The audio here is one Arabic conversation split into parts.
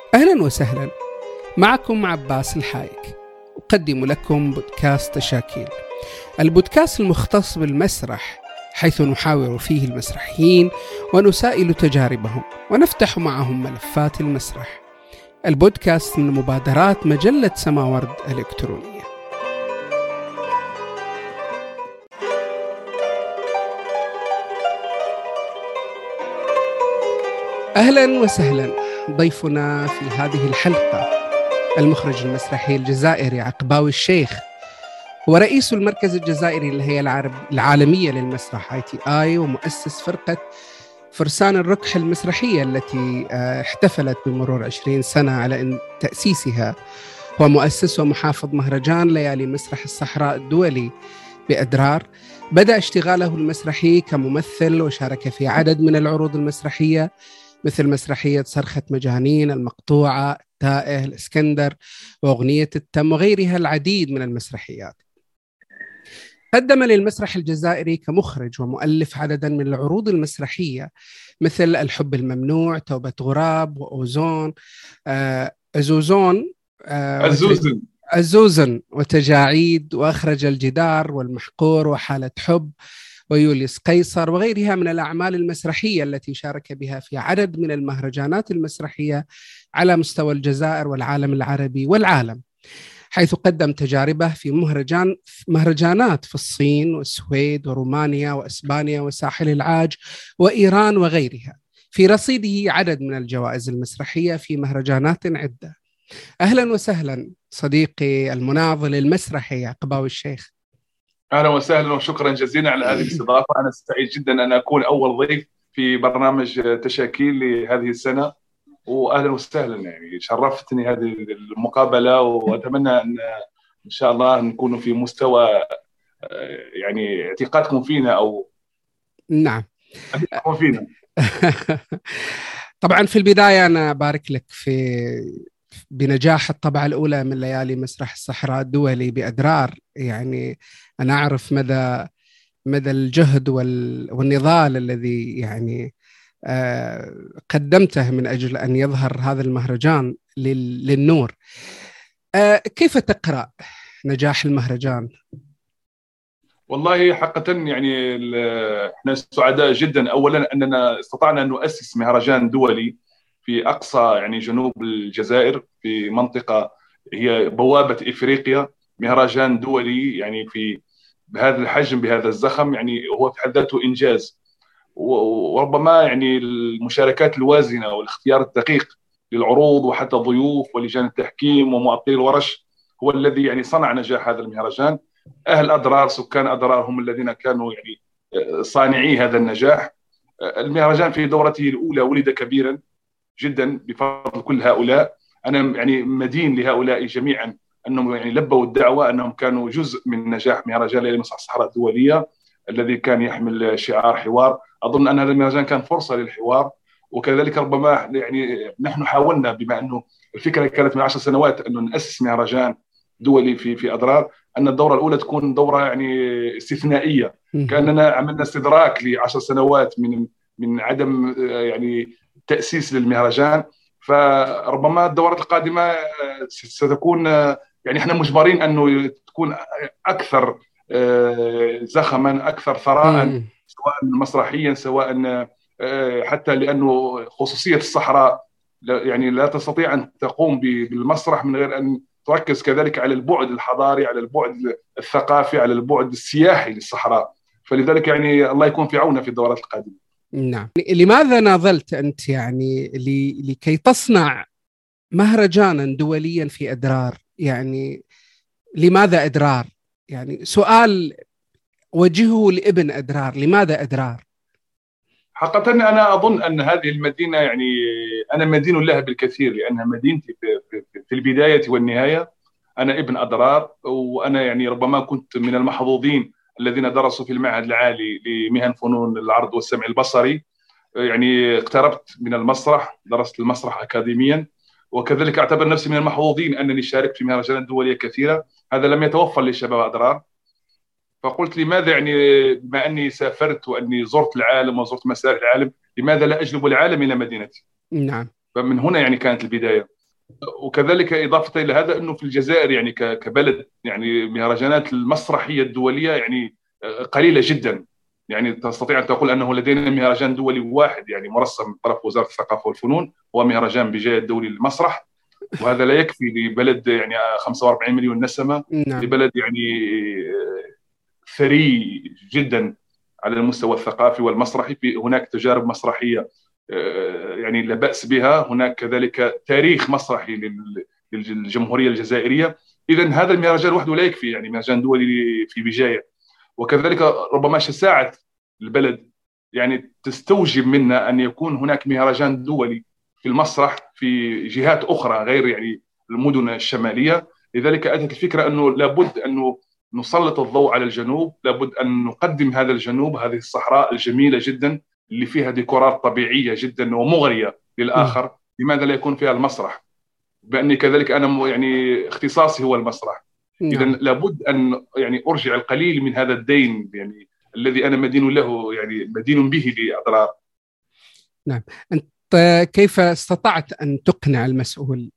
أهلا وسهلا، معكم عباس الحايك، أقدم لكم بودكاست تشاكيل، البودكاست المختص بالمسرح، حيث نحاور فيه المسرحيين ونسائل تجاربهم ونفتح معهم ملفات المسرح. البودكاست من مبادرات مجلة سماورد الإلكترونية. أهلا وسهلا، ضيفنا في هذه الحلقة المخرج المسرحي الجزائري عقباوي الشيخ، هو رئيس المركز الجزائري للهيئة العالمية للمسرح ITI، ومؤسس فرقة فرسان الركح المسرحية التي احتفلت بمرور 20 سنة على تأسيسها. هو مؤسس ومحافظ مهرجان ليالي مسرح الصحراء الدولي بأدرار. بدأ اشتغاله المسرحي كممثل وشارك في عدد من العروض المسرحية مثل مسرحية صرخة مجانين، المقطوعة، التائه، الإسكندر، وأغنية التم، وغيرها العديد من المسرحيات. قدم للمسرح الجزائري كمخرج ومؤلف عددا من العروض المسرحية مثل الحب الممنوع، توبة غراب، وأوزون، عزوزن وتجاعيد، وأخرج الجدار والمحقور وحالة حب ويوليوس قيصر، وغيرها من الأعمال المسرحية التي شارك بها في عدد من المهرجانات المسرحية على مستوى الجزائر والعالم العربي والعالم، حيث قدم تجاربه في مهرجانات في الصين والسويد ورومانيا وإسبانيا وساحل العاج وإيران وغيرها. في رصيده عدد من الجوائز المسرحية في مهرجانات عدة. أهلا وسهلا صديقي المناضل المسرحي عقباوي الشيخ. أهلا وسهلا وشكرا جزيلا على هذه الاستضافة. أنا سعيد جدا أن أكون أول ضيف في برنامج تشاكيل لهذه السنة، وأهلا وسهلا، يعني شرفتني هذه المقابلة، وأتمنى إن شاء الله نكون في مستوى يعني اعتقادكم فينا أو نعم فينا. طبعا في البداية أنا بارك لك بنجاح الطبعة الأولى من ليالي مسرح الصحراء الدولي بأدرار. يعني أنا أعرف مدى الجهد والنضال الذي يعني قدمته من أجل أن يظهر هذا المهرجان للنور. كيف تقرأ نجاح المهرجان؟ والله حقا يعني احنا سعداء جدا اولا اننا استطعنا ان نؤسس مهرجان دولي في اقصى يعني جنوب الجزائر، في منطقه هي بوابه افريقيا. مهرجان دولي يعني في بهذا الحجم بهذا الزخم، يعني هو في حد ذاته انجاز. وربما يعني المشاركات الوازنه والاختيار الدقيق للعروض وحتى الضيوف ولجان التحكيم ومعطلي الورش هو الذي يعني صنع نجاح هذا المهرجان. أهل أدرار، سكان أدرار، هم الذين كانوا يعني صانعي هذا النجاح. المهرجان في دورته الأولى ولد كبيرا جدا بفضل كل هؤلاء. أنا يعني مدين لهؤلاء جميعا أنهم يعني لبوا الدعوة، أنهم كانوا جزء من نجاح مهرجان ليالي مسرح الصحراء الدولية الذي كان يحمل شعار حوار. أظن أن هذا المهرجان كان فرصة للحوار، وكذلك ربما يعني نحن حاولنا، بما أنه الفكرة كانت من 10 سنوات أنه نأسس مهرجان دولي في أدرار، أن الدورة الأولى تكون دورة يعني استثنائية. كأننا عملنا استدراك ل10 سنوات من عدم يعني تأسيس للمهرجان. فربما الدورات القادمة ستكون يعني احنا مجبرين أنه تكون أكثر زخما، أكثر ثراء، سواء مسرحيا سواء حتى لأنه خصوصية الصحراء يعني لا تستطيع أن تقوم بالمسرح من غير أن تركز كذلك على البعد الحضاري، على البعد الثقافي، على البعد السياحي للصحراء. فلذلك يعني الله يكون في عوننا في الدورات القادمة. نعم. لماذا ناضلت أنت يعني لكي تصنع مهرجانا دوليا في أدرار؟ يعني لماذا أدرار؟ يعني سؤال وجهه لابن أدرار، لماذا أدرار؟ حقيقة أنا أظن أن هذه المدينة يعني أنا مدين لها بالكثير، لأنها مدينتي في البداية والنهاية. أنا ابن أدرار، وأنا يعني ربما كنت من المحظوظين الذين درسوا في المعهد العالي لمهن فنون العرض والسمع البصري. يعني اقتربت من المسرح، درست المسرح أكاديميا، وكذلك أعتبر نفسي من المحظوظين أنني شاركت في مهرجانات دولية كثيرة. هذا لم يتوفر لشباب أدرار. فقلت لماذا يعني بما أني سافرت وأني زرت العالم وزرت مسارح العالم، لماذا لا أجلب العالم إلى مدينتي؟ نعم. فمن هنا يعني كانت البداية. وكذلك إضافة إلى هذا أنه في الجزائر يعني كبلد يعني مهرجانات المسرحية الدولية يعني قليلة جدا. يعني تستطيع أن تقول أنه لدينا مهرجان دولي واحد يعني مرسم من طرف وزارة الثقافة والفنون، هو مهرجان بجاية الدولي للمسرح، وهذا لا يكفي لبلد يعني 45 مليون نسمة، نعم. لبلد يعني ثري جدا على المستوى الثقافي والمسرحي. في هناك تجارب مسرحية يعني لا بأس بها، هناك كذلك تاريخ مسرحي للجمهورية الجزائرية. إذا هذا المهرجان وحده لا يكفي، يعني مهرجان دولي في بجاية. وكذلك ربما شساعة البلد يعني تستوجب منا أن يكون هناك مهرجان دولي في المسرح في جهات أخرى غير يعني المدن الشمالية. لذلك أتت الفكرة أنه لابد أن نسلط الضوء على الجنوب، لابد أن نقدم هذا الجنوب، هذه الصحراء الجميلة جدا اللي فيها ديكورات طبيعية جدا ومغرية للآخر، لماذا لا يكون فيها المسرح؟ بأني كذلك أنا يعني اختصاصي هو المسرح. إذا نعم. لابد أن يعني أرجع القليل من هذا الدين يعني الذي أنا مدين له، يعني مدين به لأضرار. نعم. أنت كيف استطعت أن تقنع المسؤول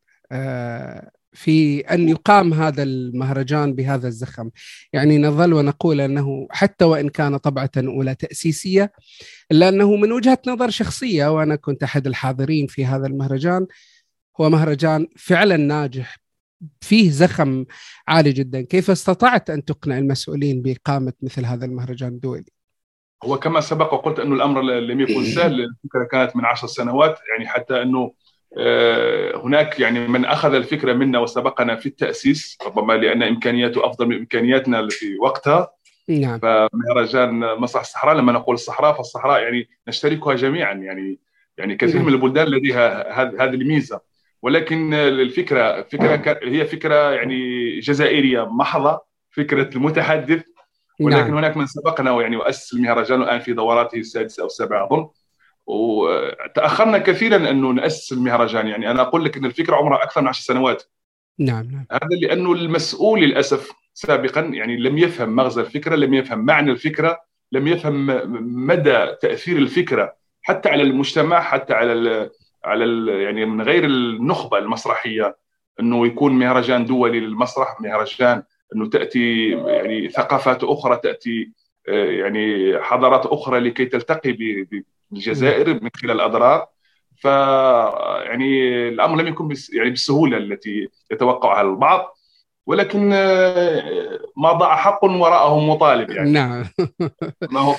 في أن يقام هذا المهرجان بهذا الزخم؟ يعني نظل ونقول أنه حتى وإن كان طبعة أولى تأسيسية، إلا أنه من وجهة نظر شخصية، وأنا كنت أحد الحاضرين في هذا المهرجان، هو مهرجان فعلا ناجح فيه زخم عالي جدا. كيف استطعت أن تقنع المسؤولين بإقامة مثل هذا المهرجان الدولي؟ هو كما سبق وقلت أنه الأمر لم يكن سهل، الفكرة كانت من 10 سنوات، يعني حتى أنه هناك يعني من أخذ الفكرة منا وسبقنا في التأسيس، ربما لأن إمكانياته أفضل من إمكانياتنا في وقتها. نعم. فمهرجان مسرح الصحراء، لما نقول الصحراء فالصحراء يعني نشتركها جميعا، يعني كثير نعم. من البلدان لديها هذه الميزة. ولكن الفكرة هي فكرة يعني جزائرية محضة، فكرة المتحدث. ولكن نعم. هناك من سبقنا ويعني وأسس المهرجان الآن في دوراته السادسة أو السابعة أظن، وتأخرنا كثيرا أنه نأسس المهرجان. يعني أنا أقول لك أن الفكرة عمرها أكثر من 10 سنوات. نعم. نعم. هذا لأنه المسؤول للأسف سابقا يعني لم يفهم مغزى الفكرة، لم يفهم معنى الفكرة، لم يفهم مدى تأثير الفكرة حتى على المجتمع، حتى يعني من غير النخبة المسرحية، أنه يكون مهرجان دولي للمسرح، مهرجان أنه تأتي يعني ثقافات أخرى، تأتي يعني حضارات أخرى لكي تلتقي نعم. بالجزائر من خلال أضرار. ف يعني الامر لم يكن يعني بالسهوله التي يتوقعها البعض، ولكن ما ضاع حق وراءه مطالب. يعني نعم. ما هو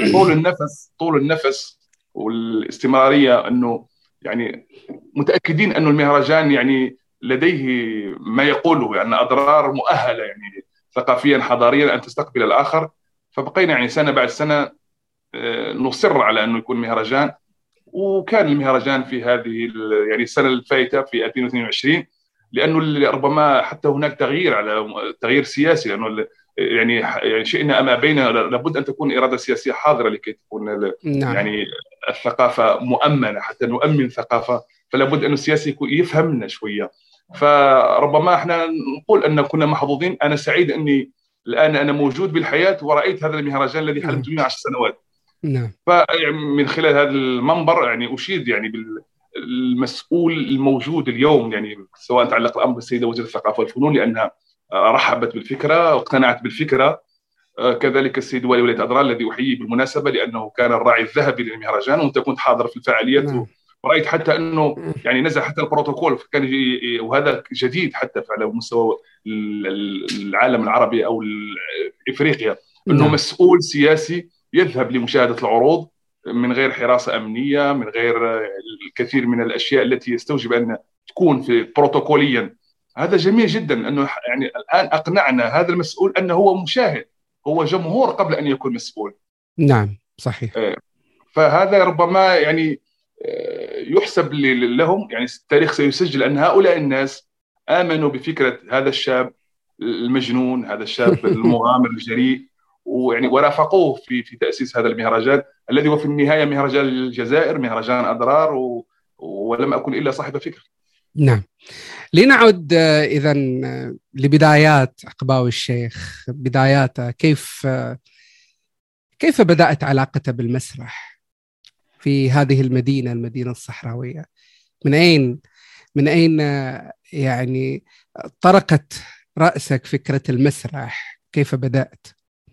طول النفس والاستمراريه، انه يعني متاكدين انه المهرجان يعني لديه ما يقوله، يعني اضرار مؤهله يعني ثقافيا حضاريا ان تستقبل الاخر. فبقينا يعني سنه بعد سنه نصر على انه يكون مهرجان. وكان المهرجان في هذه يعني السنه الفائته في 2022، لانه ربما حتى هناك تغيير على تغيير سياسي، لانه يعني شئنا ام ابينا لابد ان تكون اراده سياسيه حاضره لكي تكون نعم. يعني الثقافه مؤمنه، حتى نؤمن ثقافه فلا بد ان السياسي يفهمنا شويه. فربما احنا نقول ان كنا محظوظين. انا سعيد اني الان انا موجود بالحياه ورأيت هذا المهرجان الذي حلمت به 10 سنوات. نعم. فمن خلال هذا المنبر يعني أشيد يعني بالمسؤول الموجود اليوم، يعني سواء تعلق الأمر بالسيدة وزيرة الثقافة والفنون لأنها رحبت بالفكرة واقتنعت بالفكرة، كذلك السيد والي ولاية أضرار الذي أحييه بالمناسبة لأنه كان الراعي الذهبي للمهرجان، وأنت كنت حاضر في الفعاليات نعم. ورأيت حتى أنه يعني نزل حتى البروتوكول كان وهذا جديد حتى على مستوى العالم العربي أو إفريقيا، أنه نعم. مسؤول سياسي يذهب لمشاهدة العروض من غير حراسة أمنية، من غير الكثير من الأشياء التي يستوجب أن تكون في بروتوكوليا. هذا جميل جدا أنه يعني الآن أقنعنا هذا المسؤول أنه هو مشاهد، هو جمهور قبل أن يكون مسؤول. نعم. صحيح. فهذا ربما يعني يحسب لهم، يعني التاريخ سيسجل أن هؤلاء الناس آمنوا بفكرة هذا الشاب المجنون، هذا الشاب المغامر الجريء، ويعني ورافقوه في تأسيس هذا المهرجان الذي هو في النهاية مهرجان الجزائر، مهرجان أضرار، ولم أكن إلا صاحب فكرة. نعم. لنعد إذا لبدايات عقباوي الشيخ، بداياته كيف بدأت علاقته بالمسرح في هذه المدينة الصحراوية؟ من أين من أين يعني طرقت رأسك فكرة المسرح؟ كيف بدأت؟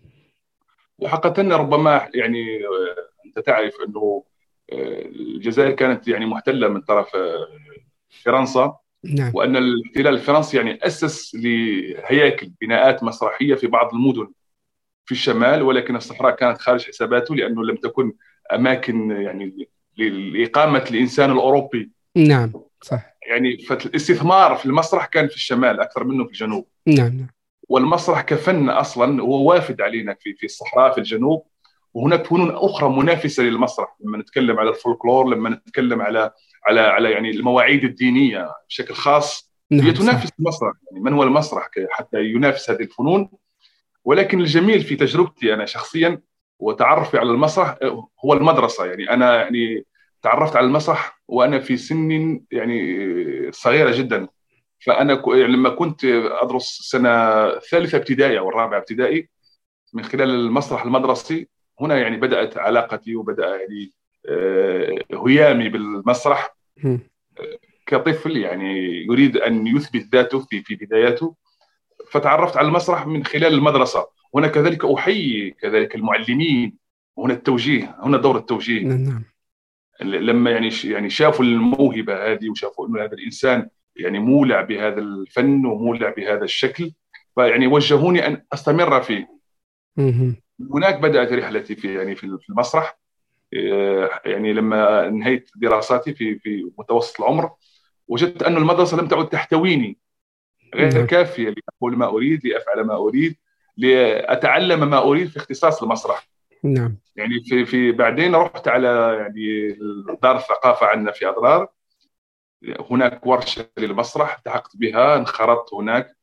وحقيقة ربما يعني أنت تعرف أنه الجزائر كانت يعني محتلة من طرف فرنسا، نعم. وأن الاحتلال الفرنسي يعني أسس لهياكل بناءات مسرحية في بعض المدن في الشمال، ولكن الصحراء كانت خارج حساباته، لأنه لم تكن أماكن يعني لإقامة الإنسان الأوروبي. نعم صح. يعني فالاستثمار في المسرح كان في الشمال أكثر منه في الجنوب. نعم نعم. والمسرح كفن أصلا هو وافد علينا في الصحراء في الجنوب. وهناك فنون أخرى منافسة للمسرح، لما نتكلم على الفولكلور، لما نتكلم على يعني المواعيد الدينية بشكل خاص، هي نعم تنافس صح. المسرح. يعني من هو المسرح حتى ينافس هذه الفنون؟ ولكن الجميل في تجربتي أنا شخصيا وتعرفي على المسرح هو المدرسة. يعني أنا يعني تعرفت على المسرح وأنا في سن يعني صغيرة جدا. فأنا يعني لما كنت أدرس سنة ثالثة ابتدائي أو الرابعة ابتدائي، من خلال المسرح المدرسي هنا يعني بدأت علاقتي وبدأ يعني هيامي بالمسرح مم. كطفل يعني يريد أن يثبت ذاته في بداياته. فتعرفت على المسرح من خلال المدرسة. هنا كذلك أحيي كذلك المعلمين، وهنا التوجيه، هنا دور التوجيه. نعم. لما يعني شافوا الموهبة هذه وشافوا أنه هذا الإنسان يعني مولع بهذا الفن ومولع بهذا الشكل، فيعني وجهوني أن أستمر فيه. مم. هناك بدأت رحلتي في المسرح. يعني لما انهيت دراساتي في متوسط العمر، وجدت أن المدرسة لم تعد تحتويني، غير نعم. كافية لأقول ما أريد، لأفعل ما أريد، لأتعلم ما أريد في اختصاص المسرح. نعم. يعني في بعدين رحت على يعني دار الثقافة عندنا في أضرار، هناك ورشة للمسرح التحقت بها، انخرطت هناك.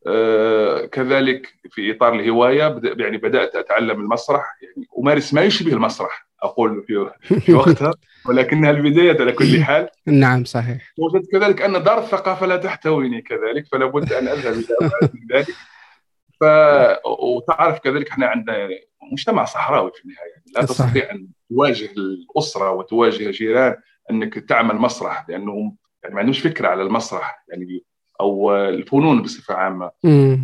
كذلك في إطار الهواية يعني بدأت أتعلم المسرح، يعني أمارس ما يشبه المسرح أقول في وقتها، ولكنها البداية على كل حال. نعم صحيح. وجدت كذلك أن دار الثقافة لا تحتويني كذلك، فلا بد أن أذهب إلى أبعد من ذلك. ف... وتعرف كذلك احنا عندنا مجتمع صحراوي في النهاية، يعني لا صحيح. تستطيع أن تواجه الأسرة وتواجه الجيران أنك تعمل مسرح، لأنهم يعني ما عندهمش فكرة على المسرح يعني، أو الفنون بصفة عامة. مم.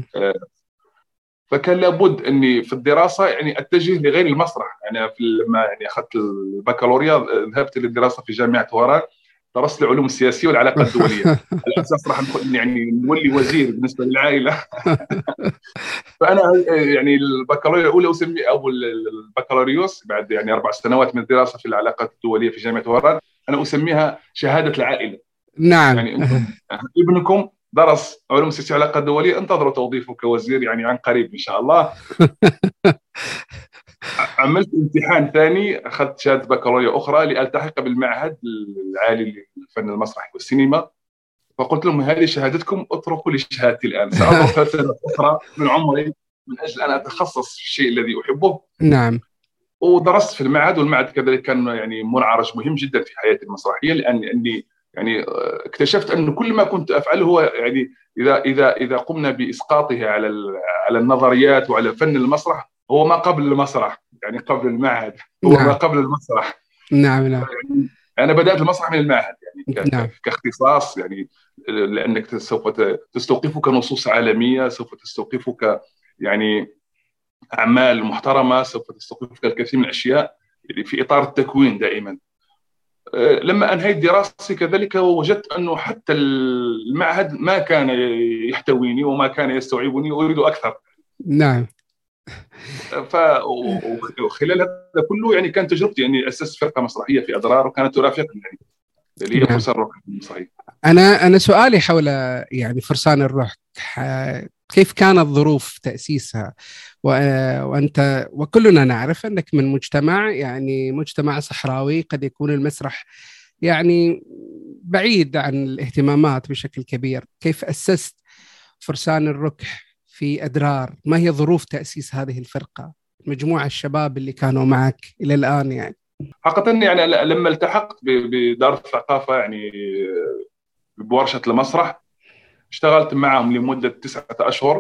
فكان لابد اني في الدراسه يعني اتجه لغير المسرح. يعني لما يعني اخذت البكالوريا ذهبت للدراسه في جامعه وهران، درست العلوم السياسيه والعلاقات الدوليه، على اساس راح يعني نولي وزير بالنسبه للعائله. فانا يعني البكالوريا الاولى اسمي او البكالوريوس بعد يعني 4 سنوات من الدراسه في العلاقات الدوليه في جامعه وهران، انا اسميها شهاده العائله. نعم. يعني انتم ابنكم درس علوم سياسيه وعلاقات دوليه، انتظروا توظيفه كوزير يعني عن قريب ان شاء الله. عملت امتحان ثاني، اخذت شهاده بكالوريا اخرى لالتحق بالمعهد العالي للفن المسرحي والسينما. فقلت لهم هذه شهادتكم، اتركوا لي شهادتي الان، ساضرب 3 سنوات اخرى من عمري من اجل ان اتخصص في الشيء الذي احبه. نعم. ودرست في المعهد، والمعهد كذلك كان يعني منعرج مهم جدا في حياتي المسرحيه، لاني يعني اكتشفت ان كل ما كنت افعله هو يعني اذا قمنا باسقاطه على النظريات وعلى فن المسرح، هو ما قبل المسرح، يعني قبل المعهد هو ما نعم. قبل المسرح. نعم. نعم. يعني انا بدات المسرح من المعهد يعني نعم. كاختصاص، يعني لانك سوف تستوقفك نصوص عالميه، سوف تستوقفك يعني اعمال محترمه، سوف تستوقفك الكثير من الاشياء في اطار التكوين دائما. لما انهيت دراستي كذلك وجدت انه حتى المعهد ما كان يحتويني وما كان يستوعبني، واريد اكثر. نعم. وخلال هذا كله يعني كانت تجربتي اني اسست فرقه مسرحيه في اضرار، وكانت ترافقني يعني اللي هي نعم. فرسان الروح المسرحي. أنا سؤالي حول يعني فرسان الروح، كيف كانت ظروف تأسيسها؟ وأنت وكلنا نعرف أنك من مجتمع، يعني مجتمع صحراوي، قد يكون المسرح يعني بعيد عن الاهتمامات بشكل كبير. كيف أسست فرسان الركح في أدرار؟ ما هي ظروف تأسيس هذه الفرقة، مجموعة الشباب اللي كانوا معك إلى الآن يعني؟ حقيقه يعني لما التحقت بدار الثقافه يعني بورشه المسرح، اشتغلت معهم لمده 9 اشهر.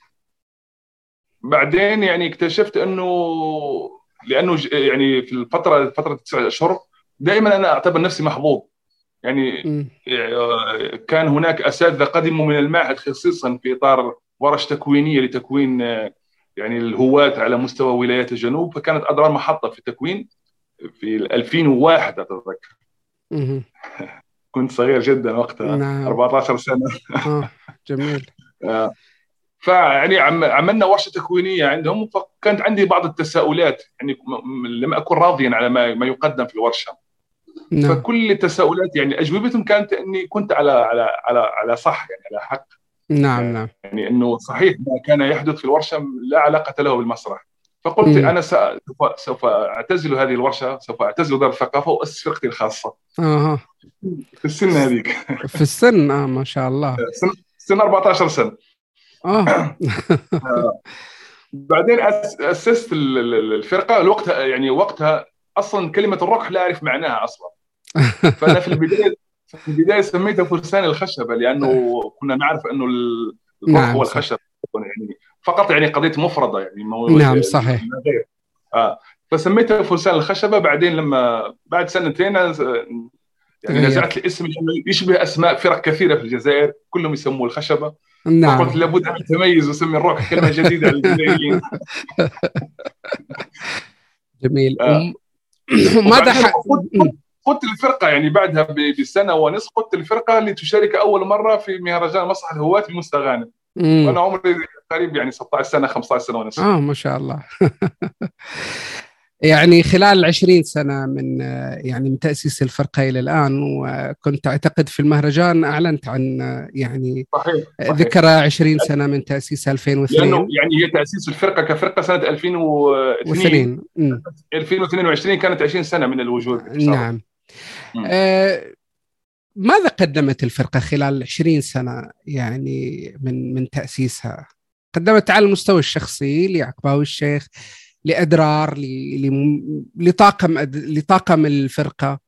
بعدين يعني اكتشفت انه لانه يعني في فتره 9 اشهر دائما انا اعتبر نفسي محظوظ. يعني مم. كان هناك أساتذة قدموا من المعهد خصيصا في إطار ورش تكوينية لتكوين يعني الهواة على مستوى ولايات الجنوب، فكانت أضرار محطة في التكوين في 2001 أتذكر. مم. كنت صغير جدا وقتها، نعم. 14 سنة. جميل. فيعني عملنا ورشة تكوينية عندهم، فكانت عندي بعض التساؤلات، يعني لم أكن راضيا على ما يقدم في الورشة. نعم. فكل التساؤلات يعني أجوبتهم كانت أني كنت على صح، يعني على حق. نعم. نعم. يعني انه صحيح ما كان يحدث في الورشه لا علاقه له بالمسرح. فقلت مم. انا سوف اعتزل هذه الورشه، سوف اعتزل دار الثقافه واسس فرقتي الخاصه اها. في السن هذيك. في السن ما شاء الله. سن 14 سنه. اه. بعدين اسست الفرقه. الوقت يعني وقتها اصلا كلمه الروك لا اعرف معناها اصلا. فانا في البدايه سميتها فرسان الخشبه، لانه كنا نعرف انه الروك نعم هو صح. الخشب يعني فقط، يعني قضيه مفرده يعني نعم صحيح. لا غير. فسميتها فرسان الخشبه. بعدين لما بعد سنتين يعني نزعت تغير. الاسم لانه يشبه اسماء فرق كثيره في الجزائر كلهم يسموه الخشبه. فقلت نعم. لابد ان اتميز واسمي الروك كلمه جديده على الجزائريين. جميل. آه. ماذا وبعدين قلت الفرقه يعني بعدها بسنه ونصف، قلت الفرقه لتشارك اول مره في مهرجان مسرح الهواة في المستغانم، مم. وانا عمري قريب يعني 16 سنه 15 سنه ونصف. ما شاء الله. يعني خلال 20 سنة من يعني من تأسيس الفرقة إلى الآن، وكنت أعتقد في المهرجان أعلنت عن يعني صحيح صحيح. ذكرى 20 سنة من تأسيسها لانه 2002. يعني هي تاسيس الفرقه كفرقه سنه 2002. واثنين. 2022 كانت 20 سنه من الوجود باختصار. نعم. آه، ماذا قدمت الفرقة خلال 20 سنة يعني من تأسيسها؟ قدمت على المستوى الشخصي لعقباوي الشيخ، لأدرار، لطاقم الفرقة.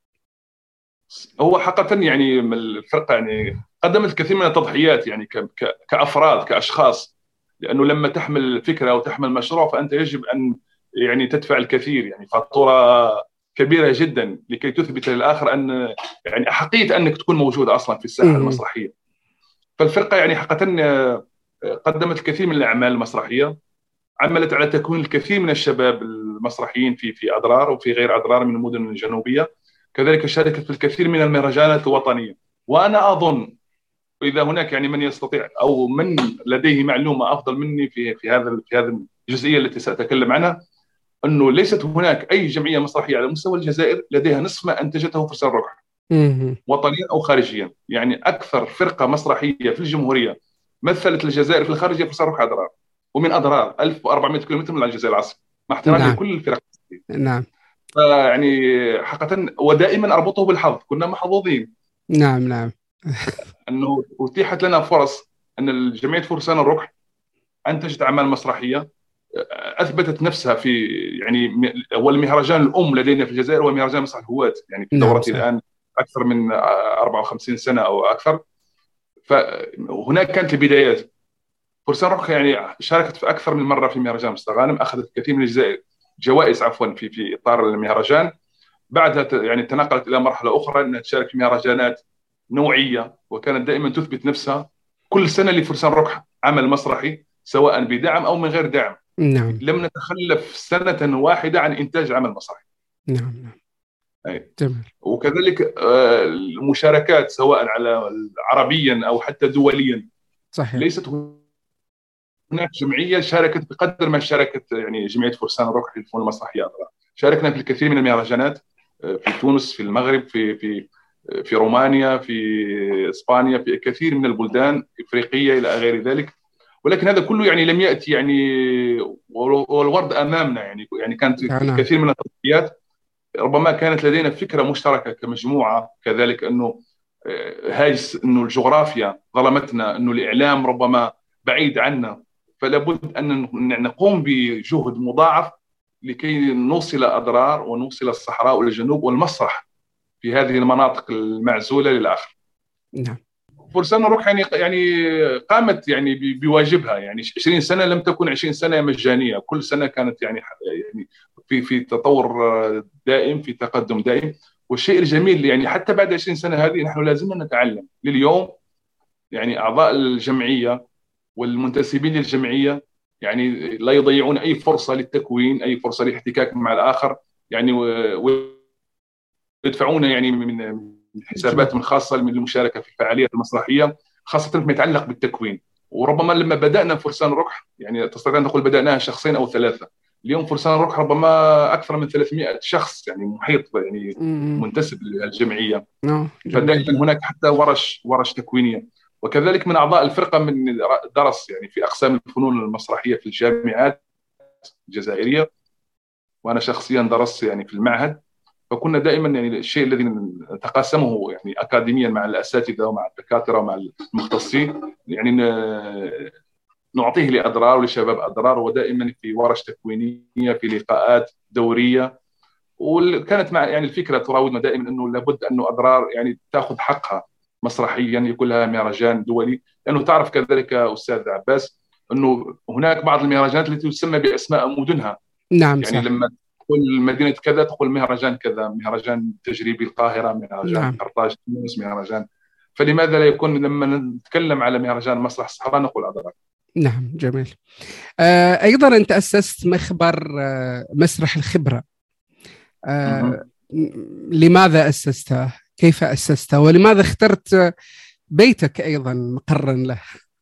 هو حقيقه يعني الفرقه يعني قدمت الكثير من التضحيات، يعني كافراد كاشخاص. لانه لما تحمل فكره وتحمل مشروع فانت يجب ان يعني تدفع الكثير، يعني فاتوره كبيره جدا لكي تثبت للاخر ان يعني احقيه انك تكون موجود اصلا في الساحه مهم. المسرحيه. فالفرقه يعني حقيقه قدمت الكثير من الاعمال المسرحيه، عملت على تكوين الكثير من الشباب المسرحيين في اضرار وفي غير اضرار من المدن الجنوبيه. كذلك شاركت في الكثير من المهرجانات الوطنيه. وانا اظن اذا هناك يعني من يستطيع او من لديه معلومه افضل مني في هذا الجزئيه التي ساتكلم عنها، انه ليست هناك اي جمعيه مسرحيه على مستوى الجزائر لديها نصف ما انتجته فرسان ركح، مهم. وطنيا او خارجيا. يعني اكثر فرقه مسرحيه في الجمهوريه مثلت الجزائر في الخارج هي فرسان ركح اضرار، ومن اضرار 1400 كيلومتر من الجزائر العاصمه، مع احترامي نعم. لكل الفرق. نعم. فيعني حقيقه ودائما اربطه بالحظ، كنا محظوظين نعم. نعم. انه اتيحت لنا فرص، ان جمعيه فرسان الركح انتجت اعمال مسرحيه اثبتت نفسها في يعني هو المهرجان الام لدينا في الجزائر، هو مهرجان مسرح الهواة، يعني في نعم دورتي صحيح. الان اكثر من 54 سنه او اكثر. فهناك كانت البدايات. فرسان ركح يعني شاركت في اكثر من مره في مهرجان مستغانم، اخذت الكثير من جوائز عفوا في اطار المهرجان. بعدها يعني تنقلت الى مرحله اخرى انها تشارك في مهرجانات نوعيه، وكانت دائما تثبت نفسها كل سنه لفرسان ركح عمل مسرحي سواء بدعم او من غير دعم. نعم. لم نتخلف سنه واحده عن انتاج عمل مسرحي. نعم. نعم. أي. جميل. وكذلك المشاركات سواء على عربيا او حتى دوليا. صحيح. ليست هناك جمعيه شاركت بقدر ما شاركت يعني جمعيه فرسان الركح للفنون المسرحيه. شاركنا في الكثير من المهرجانات في تونس، في المغرب، في رومانيا، في اسبانيا، في كثير من البلدان الافريقيه الى غير ذلك. ولكن هذا كله يعني لم ياتي يعني والورد امامنا، يعني كانت نعم. الكثير من التضحيات. ربما كانت لدينا فكره مشتركه كمجموعه، كذلك انه هاجس انه الجغرافيا ظلمتنا، انه الاعلام ربما بعيد عنا، فلا بد ان نقوم بجهد مضاعف لكي نوصل اضرار ونوصل الصحراء والجنوب والمسرح في هذه المناطق المعزوله للاخر. نعم. فرسان الروح يعني قامت يعني بواجبها. يعني 20 سنه لم تكن 20 سنه مجانيه، كل سنه كانت يعني في تطور دائم، في تقدم دائم. والشيء الجميل يعني حتى بعد 20 سنة هذه نحن لازلنا نتعلم لليوم. يعني أعضاء الجمعية والمنتسبين للجمعية يعني لا يضيعون أي فرصة للتكوين، أي فرصة للاحتكاك مع الآخر، يعني ويدفعون يعني من حساباتهم الخاصة من المشاركة في الفعاليات المسرحية، خاصة فيما يتعلق بالتكوين. وربما لما بدأنا فرسان ركح، يعني تستطيع أن تقول بدأناها شخصين أو ثلاثة، اليوم فرسان ركح ربما أكثر من 300 شخص يعني محيط يعني منتسب للجمعية. فدائما هناك حتى ورش تكوينية. وكذلك من أعضاء الفرقة من درس يعني في أقسام الفنون المسرحية في الجامعات الجزائرية، وأنا شخصيا درست يعني في المعهد. فكنا دائما يعني الشيء الذي نتقاسمه يعني أكاديميا مع الأساتذة ومع الدكاترة ومع المختصين، يعني نعطيه لأضرار ولشباب أضرار، ودائما في ورش تكوينية، في لقاءات دورية. وكانت مع يعني الفكرة تراودنا دائما أنه لابد أنه أضرار يعني تأخذ حقها مسرحيا، يكون لها مهرجان دولي. لأنه تعرف كذلك أستاذ عباس أنه هناك بعض المهرجانات التي تسمى بأسماء مدنها. نعم يعني صح. لما تقول مدينة كذا تقول مهرجان كذا، مهرجان تجريبي القاهرة، مهرجان نعم. قرطاج تونس، مهرجان. فلماذا لا يكون لما نتكلم على مهرجان مسرح الصحراء نقول أضرار؟ نعم جميل. أيضا أنت أسست مخبر مسرح الخبرة. لماذا أسسته؟ كيف أسسته؟ ولماذا اخترت بيتك أيضا مقرا له؟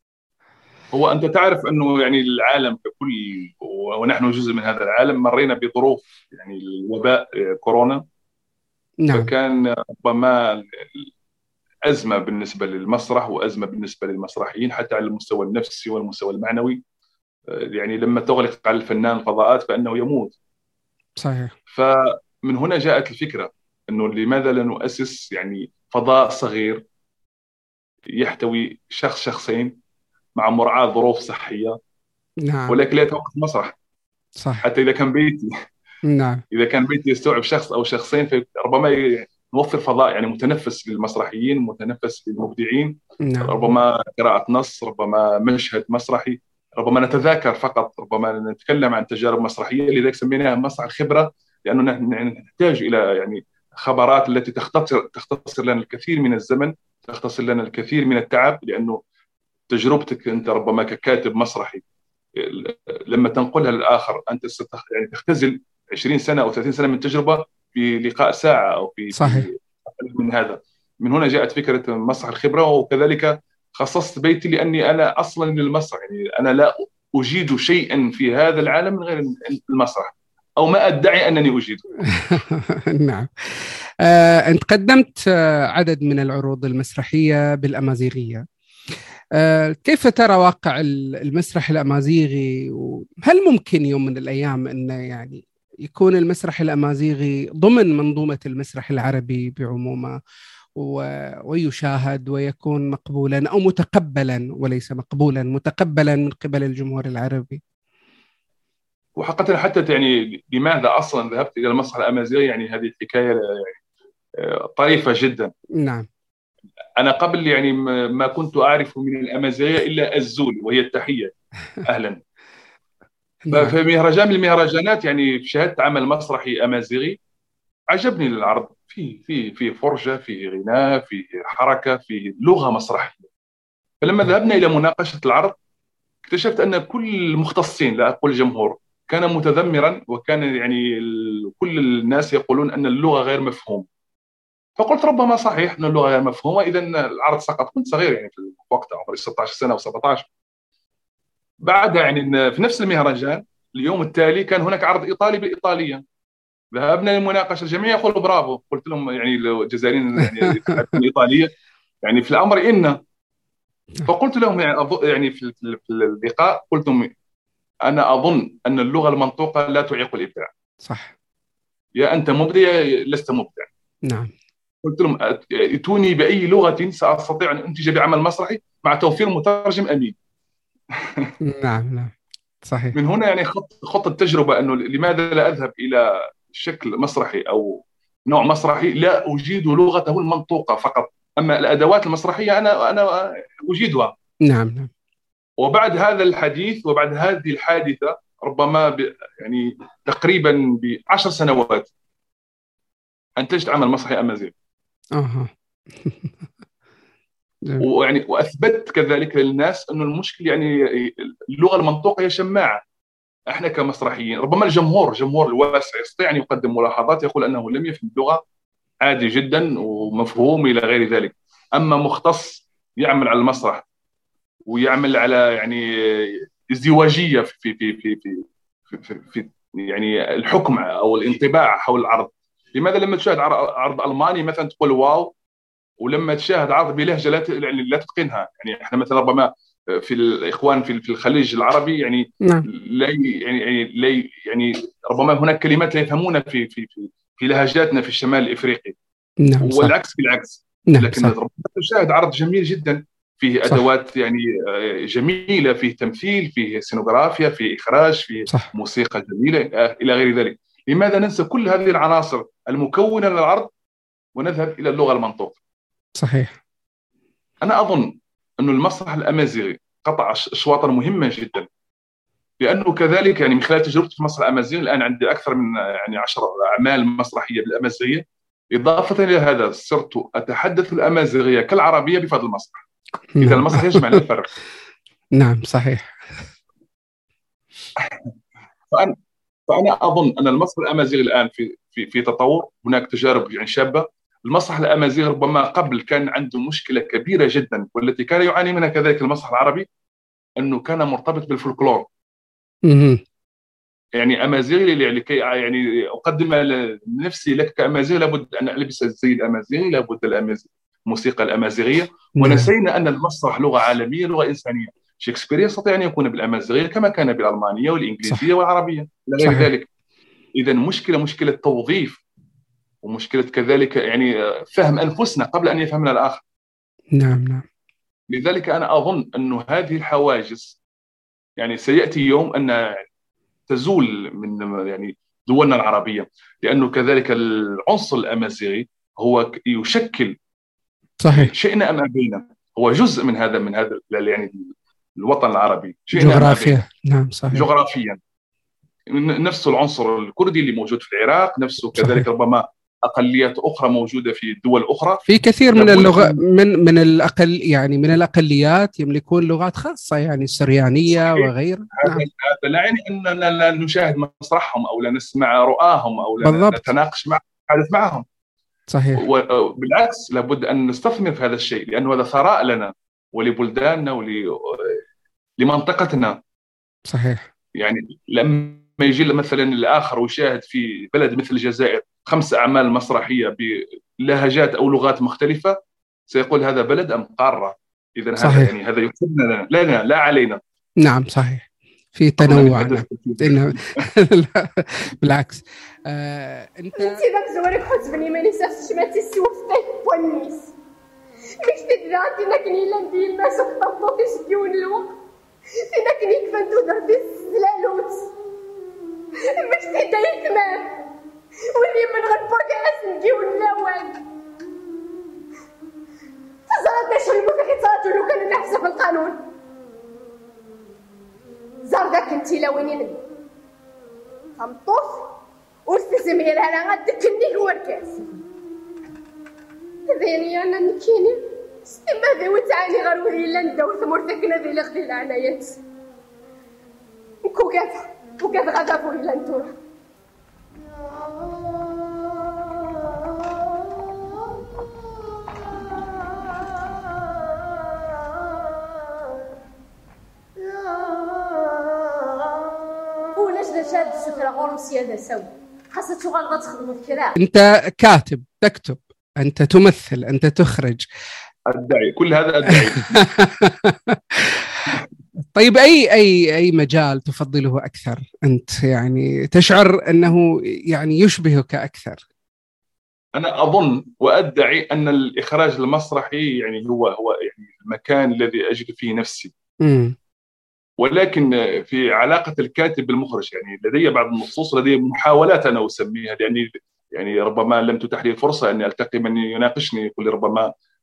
هو أنت تعرف أنه يعني العالم ككل ونحن جزء من هذا العالم مرينا بظروف يعني الوباء كورونا. نعم. فكان ربما أزمة بالنسبة للمسرح وأزمة بالنسبة للمسرحيين حتى على المستوى النفسي والمستوى المعنوي. يعني لما تغلق على الفنان الفضاءات فإنه يموت. صحيح. فمن هنا جاءت الفكرة أنه لماذا لا نؤسس يعني فضاء صغير يحتوي شخصين مع مراعاة ظروف صحية، نعم ولكن لا يتوقف مسرح. صح. حتى إذا كان بيتي نعم. إذا كان بيتي يستوعب شخص أو شخصين فربما نوفر فضاء يعني متنفس للمسرحيين، متنفس للمبدعين. نعم. ربما قراءة نص، ربما مشهد مسرحي، ربما نتذاكر فقط، ربما نتكلم عن تجارب مسرحية. لذلك سميناها مسرح الخبرة، لأنه نحتاج إلى يعني خبرات التي تختصر لنا الكثير من الزمن، تختصر لنا الكثير من التعب. لأنه تجربتك أنت ربما ككاتب مسرحي لما تنقلها للآخر أنت يعني تختزل 20 سنة أو 30 سنة من تجربة في لقاء ساعة أو صحيح. في أقل من هذا. من هنا جاءت فكرة مسرح الخبرة. وكذلك خصصت بيتي لأني أنا أصلا للمسرح، يعني أنا لا أجيد شيئا في هذا العالم من غير المسرح، أو ما أدعي أنني أجيده. نعم. أنت قدمت عدد من العروض المسرحية بالأمازيغية. كيف ترى واقع المسرح الأمازيغي؟ هل ممكن يوم من الأيام أن يعني يكون المسرح الأمازيغي ضمن منظومة المسرح العربي بعمومه ويشاهد ويكون مقبولا أو متقبلا، وليس مقبولا، متقبلا من قبل الجمهور العربي؟ وحقيقة حتى يعني لماذا أصلا ذهبت إلى المسرح الأمازيغي؟ يعني هذه الحكاية يعني طريفة جدا. نعم. أنا قبل يعني ما كنت أعرف من الأمازيغية إلا الزول وهي التحية، أهلا. نعم. ففي مهرجان من المهرجانات يعني شاهدت عمل مسرحي أمازيغي، عجبني العرض، في فرجة، في غناء، في حركة، في لغة مسرحية. فلما ذهبنا إلى مناقشة العرض اكتشفت أن كل المختصين، لا أقول جمهور، كان متذمرا، وكان يعني كل الناس يقولون أن اللغة غير مفهومة. فقلت ربما صحيح أن اللغة غير مفهومة، إذا العرض سقط. كنت صغير يعني في وقتها عمري 16 سنة أو 17. بعدها يعني في نفس المهرجان اليوم التالي كان هناك عرض إيطالي بالإيطالية. ذهبنا للمناقشه، الجميع يقول برافو. قلت لهم يعني الجزائريين يعني يتحدثون الايطاليه يعني في الامر إن. فقلت لهم يعني في اللقاء قلت لهم انا اظن ان اللغه المنطوقه لا تعيق الابداع. صح. يا انت مبدع يا لست مبدع. نعم. قلت لهم ائتوني باي لغه ساستطيع ان انتج بعمل مسرحي مع توفير مترجم امين. نعم. نعم صحيح. من هنا يعني خط التجربه انه لماذا لا اذهب الى شكل مسرحي او نوع مسرحي لا اجيد لغته المنطوقه فقط، اما الادوات المسرحيه انا اجيدها. نعم. نعم. وبعد هذا الحديث وبعد هذه الحادثه ربما يعني تقريبا ب10 سنوات انتجت عمل مسرحي امازيغي. اها. ويعني واثبت كذلك للناس انه المشكل يعني اللغه المنطوقه هي شماعه. احنا كمسرحيين ربما الجمهور الواسع يستطيع ان يقدم ملاحظات يقول انه لم يفهم اللغه، عادي جدا ومفهوم الى غير ذلك. اما مختص يعمل على المسرح ويعمل على يعني ازدواجيه في يعني الحكم او الانطباع حول العرض. لماذا لما تشاهد عرض الماني مثلا تقول واو، ولما تشاهد عرض بلهجه يعني لا تتقنها؟ يعني احنا مثلا ربما في الاخوان في الخليج العربي يعني نعم. لا لا يعني ربما هناك كلمات لا يفهمون في لهجاتنا في الشمال الافريقي، نعم صح. والعكس بالعكس. نعم لكن صح. ربما تشاهد عرض جميل جدا فيه صح. ادوات يعني جميله، فيه تمثيل، فيه سينوغرافيا، فيه اخراج، فيه صح. موسيقى جميله الى غير ذلك. لماذا ننسى كل هذه العناصر المكونه للعرض ونذهب الى اللغه المنطوقه؟ صحيح. انا اظن أن المسرح الامازيغي قطع اشواطا مهمه جدا، لانه كذلك يعني من خلال تجربتي في المسرح الامازيغي الان عندي اكثر من يعني 10 اعمال مسرحيه بالامازيغيه. اضافه الى هذا صرت اتحدث الامازيغيه كالعربيه بفضل المسرح. اذا نعم. المسرح يجمع لا يفرق. نعم صحيح. فانا فانا اظن ان المسرح الامازيغي الان في تطور. هناك تجارب يعني شابه. المسرح الامازيغي ربما قبل كان عنده مشكله كبيره جدا والتي كان يعاني منها كذلك المسرح العربي، انه كان مرتبط بالفولكلور. يعني امازيغي لكي يعني اقدم نفسي لك كامازيغي لابد ان البس الزي الامازيغي، لابد الموسيقى الامازيغيه. نعم ونسينا ان المسرح لغه عالميه، لغه انسانيه. شكسبير يستطيع ان يكون بالامازيغيه كما كان بالالمانيه والانجليزيه صح. والعربيه الى غير صحيح. ذلك. اذا مشكله توظيف، ومشكله كذلك يعني فهم انفسنا قبل ان يفهمنا الاخر. نعم نعم. لذلك انا اظن انه هذه الحواجز يعني سياتي يوم ان تزول من يعني دولنا العربيه، لانه كذلك العنصر الامازيغي هو يشكل يعني صحيح. شئنا ام ابينا هو جزء من هذا يعني الوطن العربي، شئنا ام ابينا جغرافيا. نعم صحيح. جغرافيا. نفس العنصر الكردي اللي موجود في العراق، نفسه كذلك صحيح. ربما اقليات اخرى موجوده في دول اخرى. في كثير من لابد اللغة ان من الأقليات يملكون لغات خاصة، يعني السريانية صحيح. وغيره. نعم هذا لا يعني اننا لا نشاهد مسرحهم او لا نسمع رؤاهم او لا بالضبط. نتناقش معهم، نتحدث معهم. صحيح. وبالعكس لابد ان نستثمر في هذا الشيء، لانه هذا ثراء لنا ولبلداننا ولمنطقتنا. صحيح. يعني لما يجي مثلا الاخر ويشاهد في بلد مثل الجزائر 5 اعمال مسرحيه بلهجات او لغات مختلفه، سيقول هذا بلد ام قاره؟ اذا هذا صحيح. يعني هذا يفيدنا لنا لا علينا. نعم صحيح. في أظن تنوع. نتحدث نعم. كثير. لا، بالعكس. انت داك زوارك حوت بني ماني سافش ما تسوفته بونيس مش تدراتي نكني لندي الماسو خطبطو تشكيون الوقت تنكني كفندو دردي الزلالوت مش تدايك ما واللي من غير بوكاس نجيو اللاوان تزرد شو الموسيقى تصاتو لو كان نحسب في القانون زردك انتي لوينين خمطوس واستسمي لها غدكني هو الكاس ذيني انا نكيني استما ذي وتعاني غير وذي لندا وثمرتك نذي لغدي العنايات وكاف غدا فوق لنتورا شاد السفرة غورم سيادة سوي خاصة شغل غتخدموا الكراع. أنت كاتب، تكتب، أنت تمثل، أنت تخرج. أدعي كل هذا أدعي. طيب أي مجال تفضله أكثر أنت؟ يعني تشعر أنه يعني يشبهك أكثر؟ أنا أظن وأدعي أن الإخراج المسرحي يعني هو يعني المكان الذي أجد فيه نفسي. ولكن في علاقة الكاتب بالمخرج يعني لدي بعض النصوص، لدي محاولات أنا أسميها، لأني يعني ربما لم تتح لي الفرصة أني ألتقي من يناقشني، يقول لي ربما